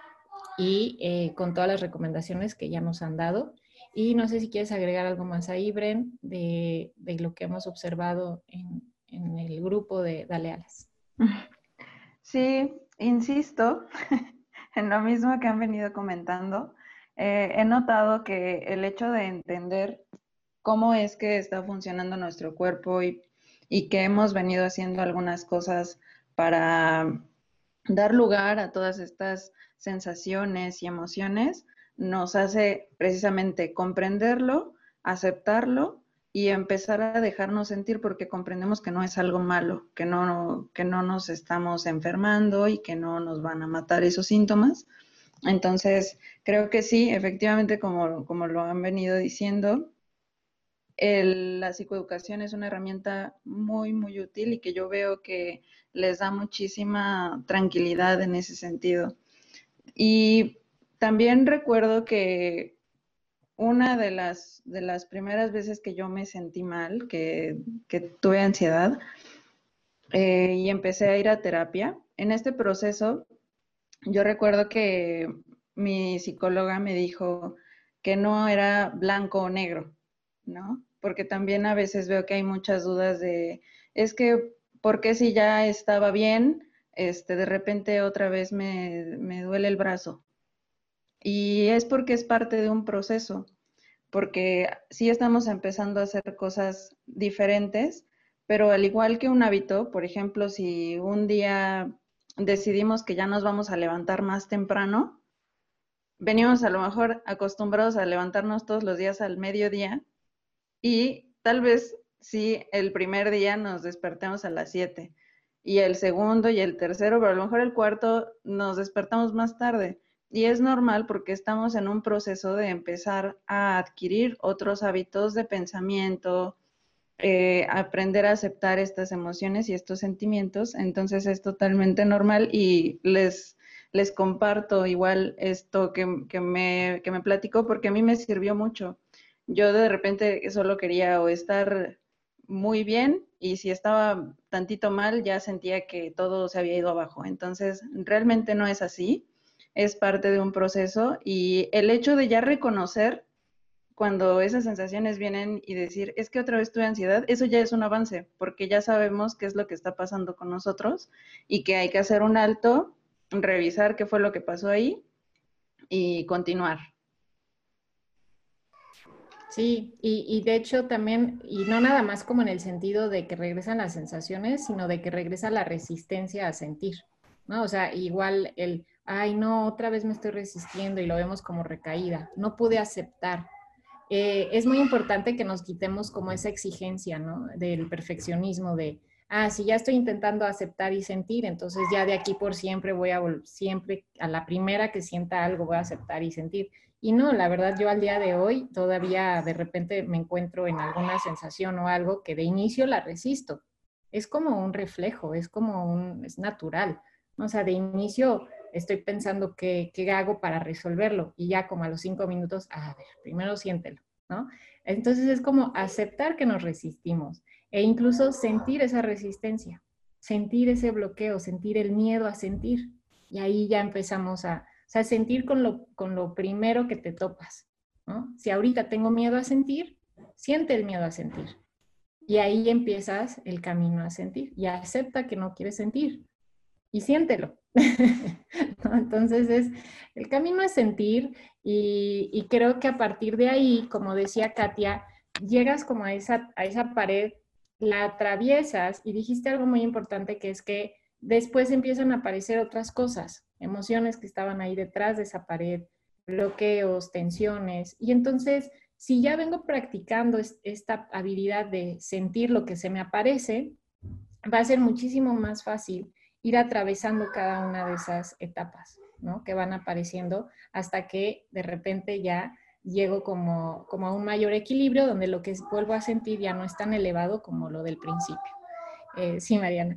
y eh, con todas las recomendaciones que ya nos han dado. Y no sé si quieres agregar algo más ahí, Bren, de, de lo que hemos observado en, en el grupo de Dale Alas. Sí, insisto en lo mismo que han venido comentando. Eh, he notado que el hecho de entender cómo es que está funcionando nuestro cuerpo y, y que hemos venido haciendo algunas cosas para dar lugar a todas estas sensaciones y emociones, nos hace precisamente comprenderlo, aceptarlo y empezar a dejarnos sentir porque comprendemos que no es algo malo, que no, que no nos estamos enfermando y que no nos van a matar esos síntomas. Entonces, creo que sí, efectivamente, como, como lo han venido diciendo, el, la psicoeducación es una herramienta muy, muy útil y que yo veo que les da muchísima tranquilidad en ese sentido. Y también recuerdo que una de las, de las primeras veces que yo me sentí mal, que, que tuve ansiedad eh, y empecé a ir a terapia, en este proceso yo recuerdo que mi psicóloga me dijo que no era blanco o negro, ¿no? Porque también a veces veo que hay muchas dudas de, es que, ¿por qué si ya estaba bien, este, de repente otra vez me, me duele el brazo? Y es porque es parte de un proceso, porque sí estamos empezando a hacer cosas diferentes, pero al igual que un hábito, por ejemplo, si un día decidimos que ya nos vamos a levantar más temprano, venimos a lo mejor acostumbrados a levantarnos todos los días al mediodía y tal vez sí el primer día nos despertemos a las siete y el segundo y el tercero, pero a lo mejor el cuarto nos despertamos más tarde. Y es normal porque estamos en un proceso de empezar a adquirir otros hábitos de pensamiento, eh, aprender a aceptar estas emociones y estos sentimientos. Entonces es totalmente normal y les, les comparto igual esto que, que, me, que me platicó porque a mí me sirvió mucho. Yo de repente solo quería o estar muy bien y si estaba tantito mal ya sentía que todo se había ido abajo. Entonces realmente no es así, es parte de un proceso y el hecho de ya reconocer cuando esas sensaciones vienen y decir, es que otra vez tuve ansiedad, eso ya es un avance, porque ya sabemos qué es lo que está pasando con nosotros y que hay que hacer un alto, revisar qué fue lo que pasó ahí y continuar. Sí, y, y de hecho también, y no nada más como en el sentido de que regresan las sensaciones, sino de que regresa la resistencia a sentir, ¿no? O sea, igual el, ay, no, otra vez me estoy resistiendo y lo vemos como recaída, no pude aceptar. Eh, es muy importante que nos quitemos como esa exigencia, ¿no? Del perfeccionismo de, ah, si ya estoy intentando aceptar y sentir, entonces ya de aquí por siempre voy a, siempre a la primera que sienta algo voy a aceptar y sentir. Y no, la verdad yo al día de hoy todavía de repente me encuentro en alguna sensación o algo que de inicio la resisto. Es como un reflejo, es como un, es natural, ¿no? O sea, de inicio estoy pensando qué, qué hago para resolverlo y ya como a los cinco minutos, a ver, primero siéntelo, ¿no? Entonces es como aceptar que nos resistimos e incluso sentir esa resistencia, sentir ese bloqueo, sentir el miedo a sentir. Y ahí ya empezamos a, o sea, sentir con lo, con lo primero que te topas, ¿no? Si ahorita tengo miedo a sentir, siente el miedo a sentir. Y ahí empiezas el camino a sentir y acepta que no quieres sentir y siéntelo. ¿No? Entonces, es, el camino es sentir y, y, creo que a partir de ahí, como decía Katia, llegas como a esa, a esa pared, la atraviesas y dijiste algo muy importante que es que después empiezan a aparecer otras cosas, emociones que estaban ahí detrás de esa pared, bloqueos, tensiones. Y entonces, si ya vengo practicando esta habilidad de sentir lo que se me aparece, va a ser muchísimo más fácil ir atravesando cada una de esas etapas, ¿no? Que van apareciendo hasta que de repente ya llego como, como a un mayor equilibrio donde lo que vuelvo a sentir ya no es tan elevado como lo del principio. Eh, sí, Mariana.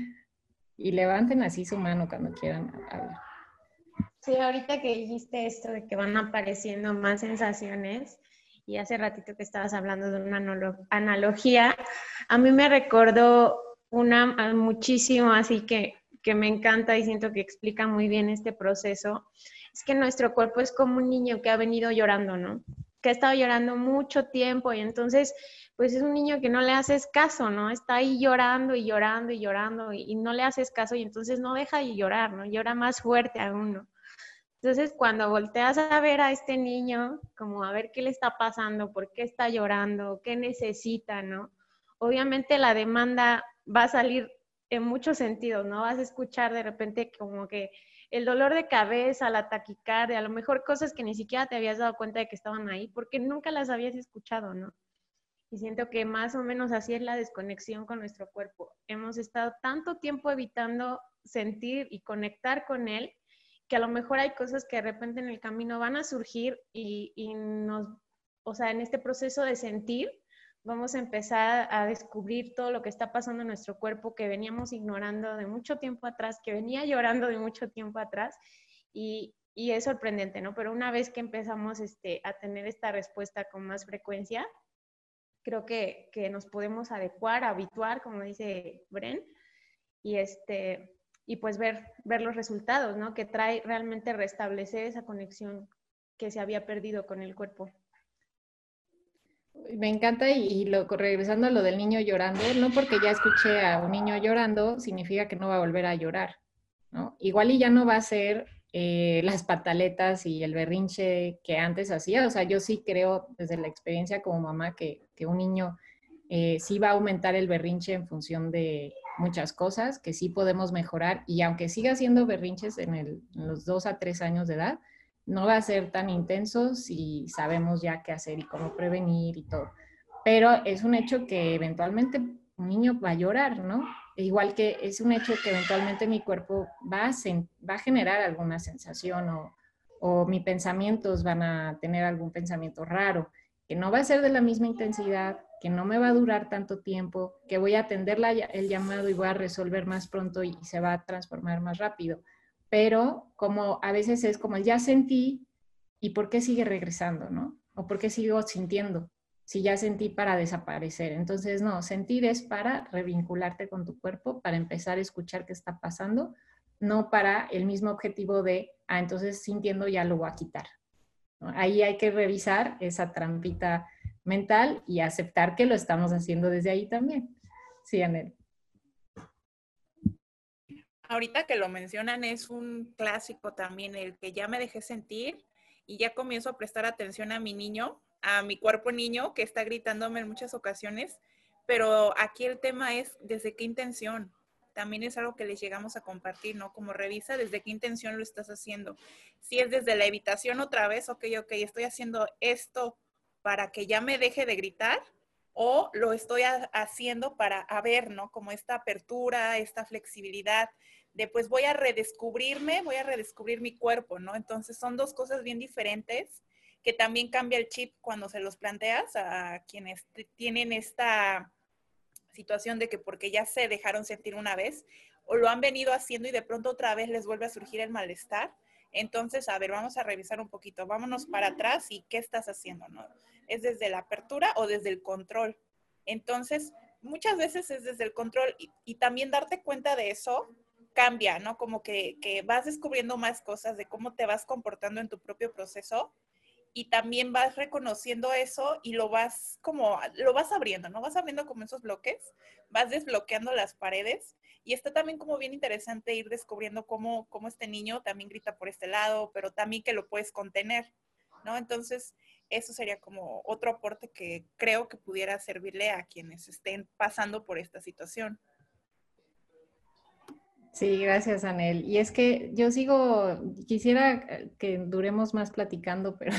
Y levanten así su mano cuando quieran hablar. Sí, ahorita que dijiste esto de que van apareciendo más sensaciones y hace ratito que estabas hablando de una analogía, a mí me recordó una muchísimo, así que, que me encanta y siento que explica muy bien este proceso. Es que nuestro cuerpo es como un niño que ha venido llorando, ¿no? Que ha estado llorando mucho tiempo y entonces, pues es un niño que no le haces caso, ¿no? Está ahí llorando y llorando y llorando y, y no le haces caso y entonces no deja de llorar, ¿no? Llora más fuerte aún, ¿no? Entonces, cuando volteas a ver a este niño, como a ver qué le está pasando, por qué está llorando, qué necesita, ¿no? Obviamente la demanda va a salir en muchos sentidos, ¿no? Vas a escuchar de repente como que el dolor de cabeza, la taquicardia, a lo mejor cosas que ni siquiera te habías dado cuenta de que estaban ahí porque nunca las habías escuchado, ¿no? Y siento que más o menos así es la desconexión con nuestro cuerpo. Hemos estado tanto tiempo evitando sentir y conectar con él que a lo mejor hay cosas que de repente en el camino van a surgir y, y nos, o sea, en este proceso de sentir, vamos a empezar a descubrir todo lo que está pasando en nuestro cuerpo que veníamos ignorando de mucho tiempo atrás, que venía llorando de mucho tiempo atrás y, y es sorprendente, ¿no? Pero una vez que empezamos este, a tener esta respuesta con más frecuencia, creo que, que nos podemos adecuar, habituar, como dice Bren, y este... y pues ver, ver los resultados, ¿no? Que trae realmente restablecer esa conexión que se había perdido con el cuerpo. me encanta y, y lo, regresando a lo del niño llorando, no porque ya escuché a un niño llorando significa que no va a volver a llorar, ¿no? Igual y ya no va a ser eh, las pataletas y el berrinche que antes hacía, o sea, yo sí creo desde la experiencia como mamá que, que un niño eh, sí va a aumentar el berrinche en función de muchas cosas, que sí podemos mejorar y aunque siga haciendo berrinches en, el, en los dos a tres años de edad, no va a ser tan intenso si sabemos ya qué hacer y cómo prevenir y todo. Pero es un hecho que eventualmente un niño va a llorar, ¿no? Igual que es un hecho que eventualmente mi cuerpo va a, va a generar alguna sensación o, o mis pensamientos van a tener algún pensamiento raro, que no va a ser de la misma intensidad, que no me va a durar tanto tiempo, que voy a atender la, el llamado y voy a resolver más pronto y, y se va a transformar más rápido. Pero como a veces es como ya sentí, ¿y por qué sigue regresando, no? ¿O por qué sigo sintiendo? Si ya sentí para desaparecer. Entonces, no, sentir es para revincularte con tu cuerpo, para empezar a escuchar qué está pasando, no para el mismo objetivo de, ah, entonces sintiendo ya lo voy a quitar. ¿No? Ahí hay que revisar esa trampita mental y aceptar que lo estamos haciendo desde ahí también. Sí, Anel. Ahorita que lo mencionan es un clásico también, el que ya me dejé sentir y ya comienzo a prestar atención a mi niño, a mi cuerpo niño que está gritándome en muchas ocasiones, pero aquí el tema es desde qué intención. También es algo que les llegamos a compartir, ¿no? Como revisa desde qué intención lo estás haciendo. Si es desde la evitación otra vez, ok, ok, estoy haciendo esto para que ya me deje de gritar, o lo estoy haciendo para a ver, ¿no? Como esta apertura, esta flexibilidad de pues voy a redescubrirme, voy a redescubrir mi cuerpo, ¿no? Entonces son dos cosas bien diferentes que también cambia el chip cuando se los planteas a quienes tienen esta situación de que porque ya se dejaron sentir una vez o lo han venido haciendo y de pronto otra vez les vuelve a surgir el malestar. Entonces, a ver, vamos a revisar un poquito, vámonos para atrás y qué estás haciendo, ¿no? ¿Es desde la apertura o desde el control? Entonces, muchas veces es desde el control y, y también darte cuenta de eso cambia, ¿no? Como que, que vas descubriendo más cosas de cómo te vas comportando en tu propio proceso y también vas reconociendo eso y lo vas como, lo vas abriendo, ¿no? Vas abriendo como esos bloques, vas desbloqueando las paredes y está también como bien interesante ir descubriendo cómo, cómo este niño también grita por este lado, pero también que lo puedes contener, ¿no? Entonces, eso sería como otro aporte que creo que pudiera servirle a quienes estén pasando por esta situación. Sí, gracias, Anel. Y es que yo sigo, quisiera que duremos más platicando, pero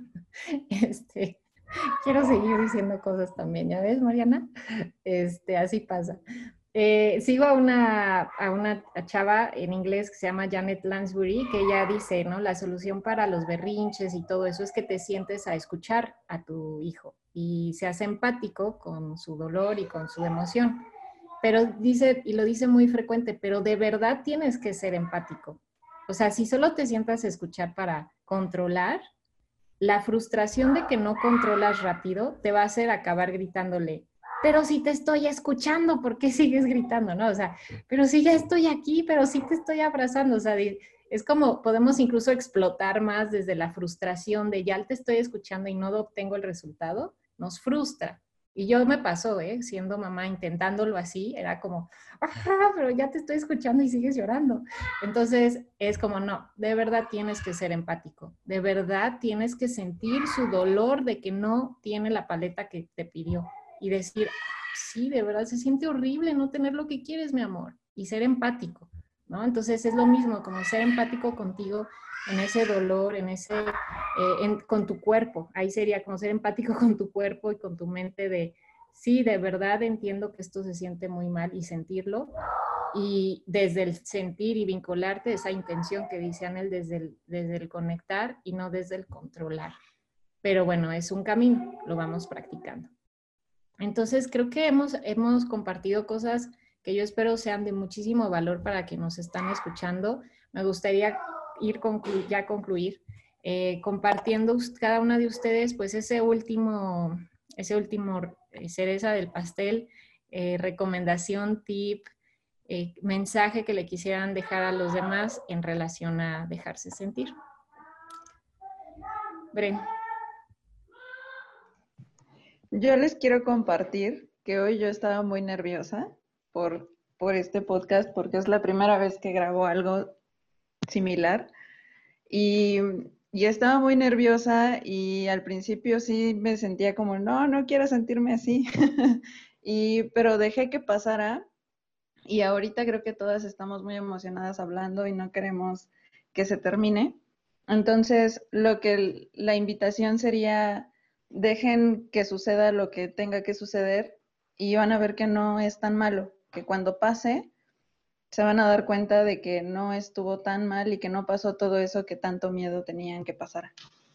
este, quiero seguir diciendo cosas también, ¿ya ves, Mariana? Este, así pasa. Eh, sigo a una, a una chava en inglés que se llama Janet Lansbury, que ella dice, ¿no? La solución para los berrinches y todo eso es que te sientes a escuchar a tu hijo y seas empático con su dolor y con su emoción. Pero dice, y lo dice muy frecuente, pero de verdad tienes que ser empático. O sea, si solo te sientas a escuchar para controlar, la frustración de que no controlas rápido te va a hacer acabar gritándole, pero si te estoy escuchando, ¿por qué sigues gritando? ¿No? O sea, pero si ya estoy aquí, pero sí te estoy abrazando. O sea, es como podemos incluso explotar más desde la frustración de ya te estoy escuchando y no obtengo el resultado, nos frustra. Y yo me pasó, ¿eh? Siendo mamá, intentándolo así, era como, ah, pero ya te estoy escuchando y sigues llorando. Entonces, es como, no, de verdad tienes que ser empático, de verdad tienes que sentir su dolor de que no tiene la paleta que te pidió y decir, sí, de verdad se siente horrible no tener lo que quieres, mi amor, y ser empático, ¿no? Entonces, es lo mismo, como ser empático contigo en ese dolor, en ese, eh, en, con tu cuerpo. Ahí sería como ser empático con tu cuerpo y con tu mente de, sí, de verdad entiendo que esto se siente muy mal y sentirlo. Y desde el sentir y vincularte, esa intención que dice Anel, desde el, desde el conectar y no desde el controlar. Pero bueno, es un camino, lo vamos practicando. Entonces, creo que hemos, hemos compartido cosas que yo espero sean de muchísimo valor para que nos están escuchando. Me gustaría ir conclu ya concluir eh, compartiendo cada una de ustedes pues ese último, ese último eh, cereza del pastel, eh, recomendación, tip, eh, mensaje que le quisieran dejar a los demás en relación a dejarse sentir. Bren. Yo les quiero compartir que hoy yo estaba muy nerviosa por, por este podcast porque es la primera vez que grabo algo similar y, y estaba muy nerviosa y al principio sí me sentía como, no, no quiero sentirme así, y, pero dejé que pasara y ahorita creo que todas estamos muy emocionadas hablando y no queremos que se termine. Entonces, lo que la invitación sería, dejen que suceda lo que tenga que suceder y van a ver que no es tan malo, que cuando pase se van a dar cuenta de que no estuvo tan mal y que no pasó todo eso que tanto miedo tenían que pasara.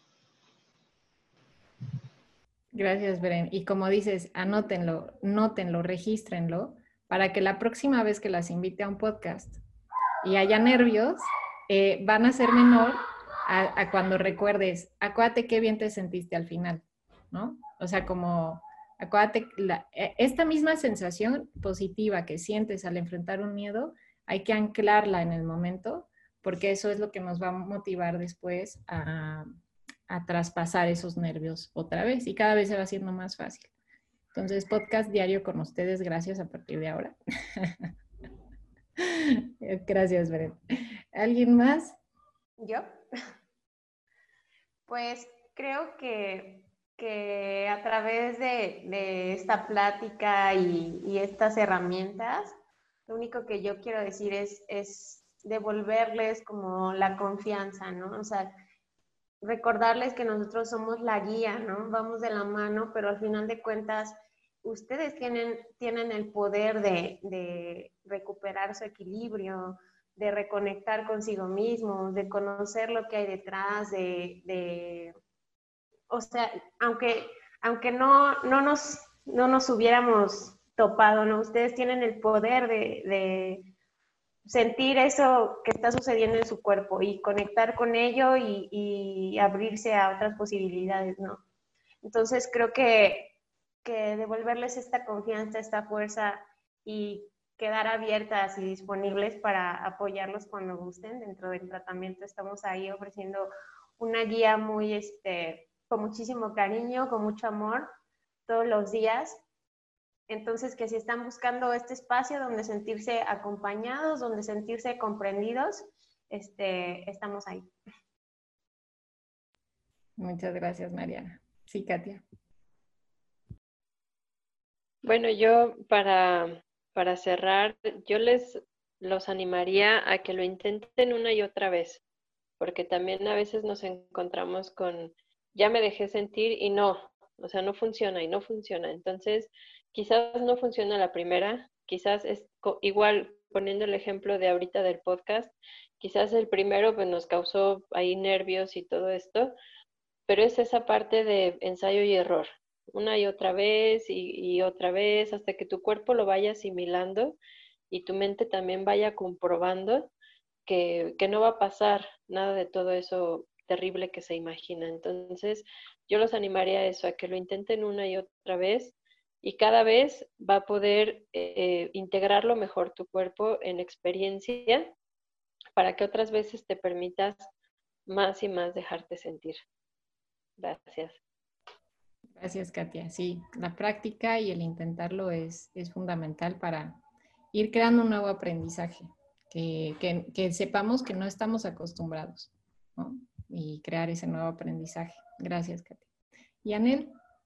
Gracias, Beren. Y como dices, anótenlo, nótenlo, regístrenlo, para que la próxima vez que las invite a un podcast y haya nervios, eh, van a ser menor a, a cuando recuerdes, acuérdate qué bien te sentiste al final, ¿no? O sea, como, acuérdate, la, esta misma sensación positiva que sientes al enfrentar un miedo, hay que anclarla en el momento, porque eso es lo que nos va a motivar después a, a traspasar esos nervios otra vez y cada vez se va haciendo más fácil. Entonces, podcast diario con ustedes, gracias a partir de ahora. Gracias, Beren. ¿Alguien más? ¿Yo? Pues creo que, que a través de, de esta plática y, y estas herramientas, lo único que yo quiero decir es, es devolverles como la confianza, ¿no? O sea, recordarles que nosotros somos la guía, ¿no? Vamos de la mano, pero al final de cuentas, ustedes tienen, tienen el poder de, de recuperar su equilibrio, de reconectar consigo mismos, de conocer lo que hay detrás, de, de o sea, aunque, aunque no, no, nos, no nos hubiéramos topado, ¿no? Ustedes tienen el poder de, de sentir eso que está sucediendo en su cuerpo y conectar con ello y, y abrirse a otras posibilidades, ¿no? Entonces creo que, que devolverles esta confianza, esta fuerza y quedar abiertas y disponibles para apoyarlos cuando gusten. Dentro del tratamiento estamos ahí ofreciendo una guía muy, este, con muchísimo cariño, con mucho amor, todos los días. Entonces, que si están buscando este espacio donde sentirse acompañados, donde sentirse comprendidos, este, estamos ahí. Muchas gracias, Mariana. Sí, Katia. Bueno, yo para, para cerrar, yo les los animaría a que lo intenten una y otra vez, porque también a veces nos encontramos con, ya me dejé sentir y no, o sea, no funciona y no funciona. Entonces, quizás no funciona la primera, quizás es igual poniendo el ejemplo de ahorita del podcast, quizás el primero pues nos causó ahí nervios y todo esto, pero es esa parte de ensayo y error, una y otra vez y, y otra vez hasta que tu cuerpo lo vaya asimilando y tu mente también vaya comprobando que, que no va a pasar nada de todo eso terrible que se imagina. Entonces, yo los animaría a eso, a que lo intenten una y otra vez y cada vez va a poder eh, integrarlo mejor tu cuerpo en experiencia para que otras veces te permitas más y más dejarte sentir. Gracias. Gracias, Katia. Sí, la práctica y el intentarlo es, es fundamental para ir creando un nuevo aprendizaje, que, que, que sepamos que no estamos acostumbrados, ¿no? Y crear ese nuevo aprendizaje. Gracias, Katia. ¿Y Anel?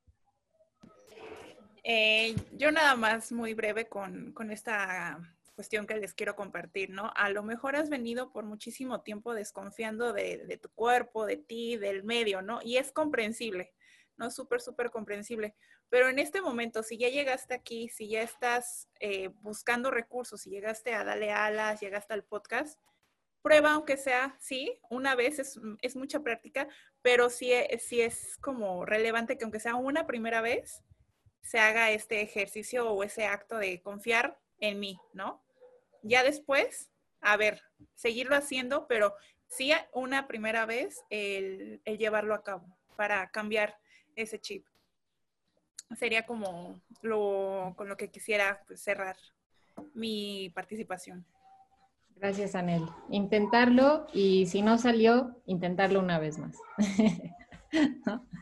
Eh, yo nada más muy breve con, con esta cuestión que les quiero compartir, ¿no? A lo mejor has venido por muchísimo tiempo desconfiando de, de tu cuerpo, de ti, del medio, ¿no? Y es comprensible, ¿no? Súper, súper comprensible. Pero en este momento, si ya llegaste aquí, si ya estás eh, buscando recursos, si llegaste a Dale Alas, llegaste al podcast, prueba aunque sea, sí, una vez es, es mucha práctica, pero sí, sí es como relevante que aunque sea una primera vez, se haga este ejercicio o ese acto de confiar en mí, ¿no? Ya después, a ver, seguirlo haciendo, pero sí una primera vez el, el llevarlo a cabo para cambiar ese chip. Sería como lo con lo que quisiera pues, cerrar mi participación. Gracias, Anel. Intentarlo y si no salió, intentarlo una vez más. ¿No?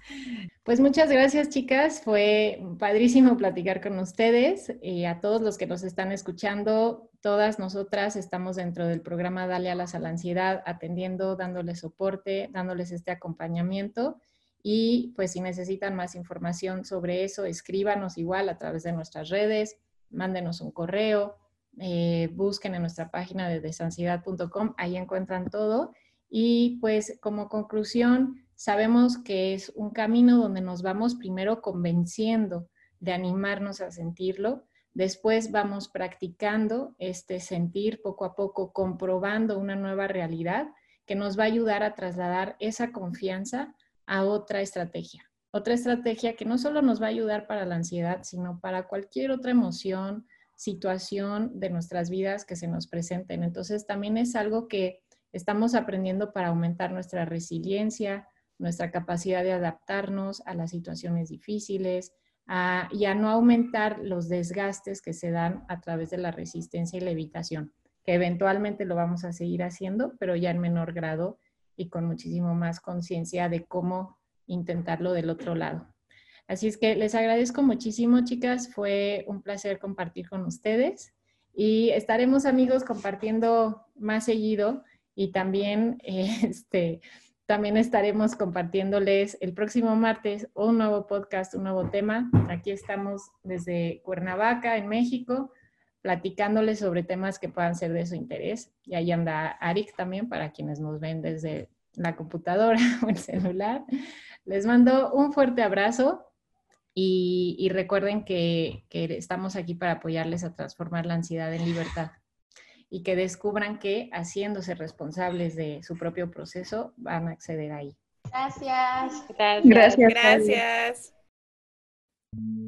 Pues muchas gracias, chicas. Fue padrísimo platicar con ustedes. Y a todos los que nos están escuchando, todas nosotras estamos dentro del programa Dale Alas a la Ansiedad, atendiendo, dándoles soporte, dándoles este acompañamiento. Y pues si necesitan más información sobre eso, escríbanos igual a través de nuestras redes, mándenos un correo, eh, busquen en nuestra página de desansiedad punto com, ahí encuentran todo. Y pues como conclusión, sabemos que es un camino donde nos vamos primero convenciendo de animarnos a sentirlo, después vamos practicando este sentir poco a poco, comprobando una nueva realidad que nos va a ayudar a trasladar esa confianza a otra estrategia. Otra estrategia que no solo nos va a ayudar para la ansiedad, sino para cualquier otra emoción, situación de nuestras vidas que se nos presenten. Entonces también es algo que estamos aprendiendo para aumentar nuestra resiliencia, nuestra capacidad de adaptarnos a las situaciones difíciles a, y a no aumentar los desgastes que se dan a través de la resistencia y la evitación, que eventualmente lo vamos a seguir haciendo, pero ya en menor grado y con muchísimo más conciencia de cómo intentarlo del otro lado. Así es que les agradezco muchísimo, chicas. Fue un placer compartir con ustedes y estaremos, amigos, compartiendo más seguido y también, eh, este, también estaremos compartiéndoles el próximo martes un nuevo podcast, un nuevo tema. Aquí estamos desde Cuernavaca, en México, platicándoles sobre temas que puedan ser de su interés. Y ahí anda Arik también, para quienes nos ven desde la computadora o el celular. Les mando un fuerte abrazo. Y, y recuerden que, que estamos aquí para apoyarles a transformar la ansiedad en libertad y que descubran que haciéndose responsables de su propio proceso van a acceder ahí. Gracias. Gracias. Gracias. Gracias.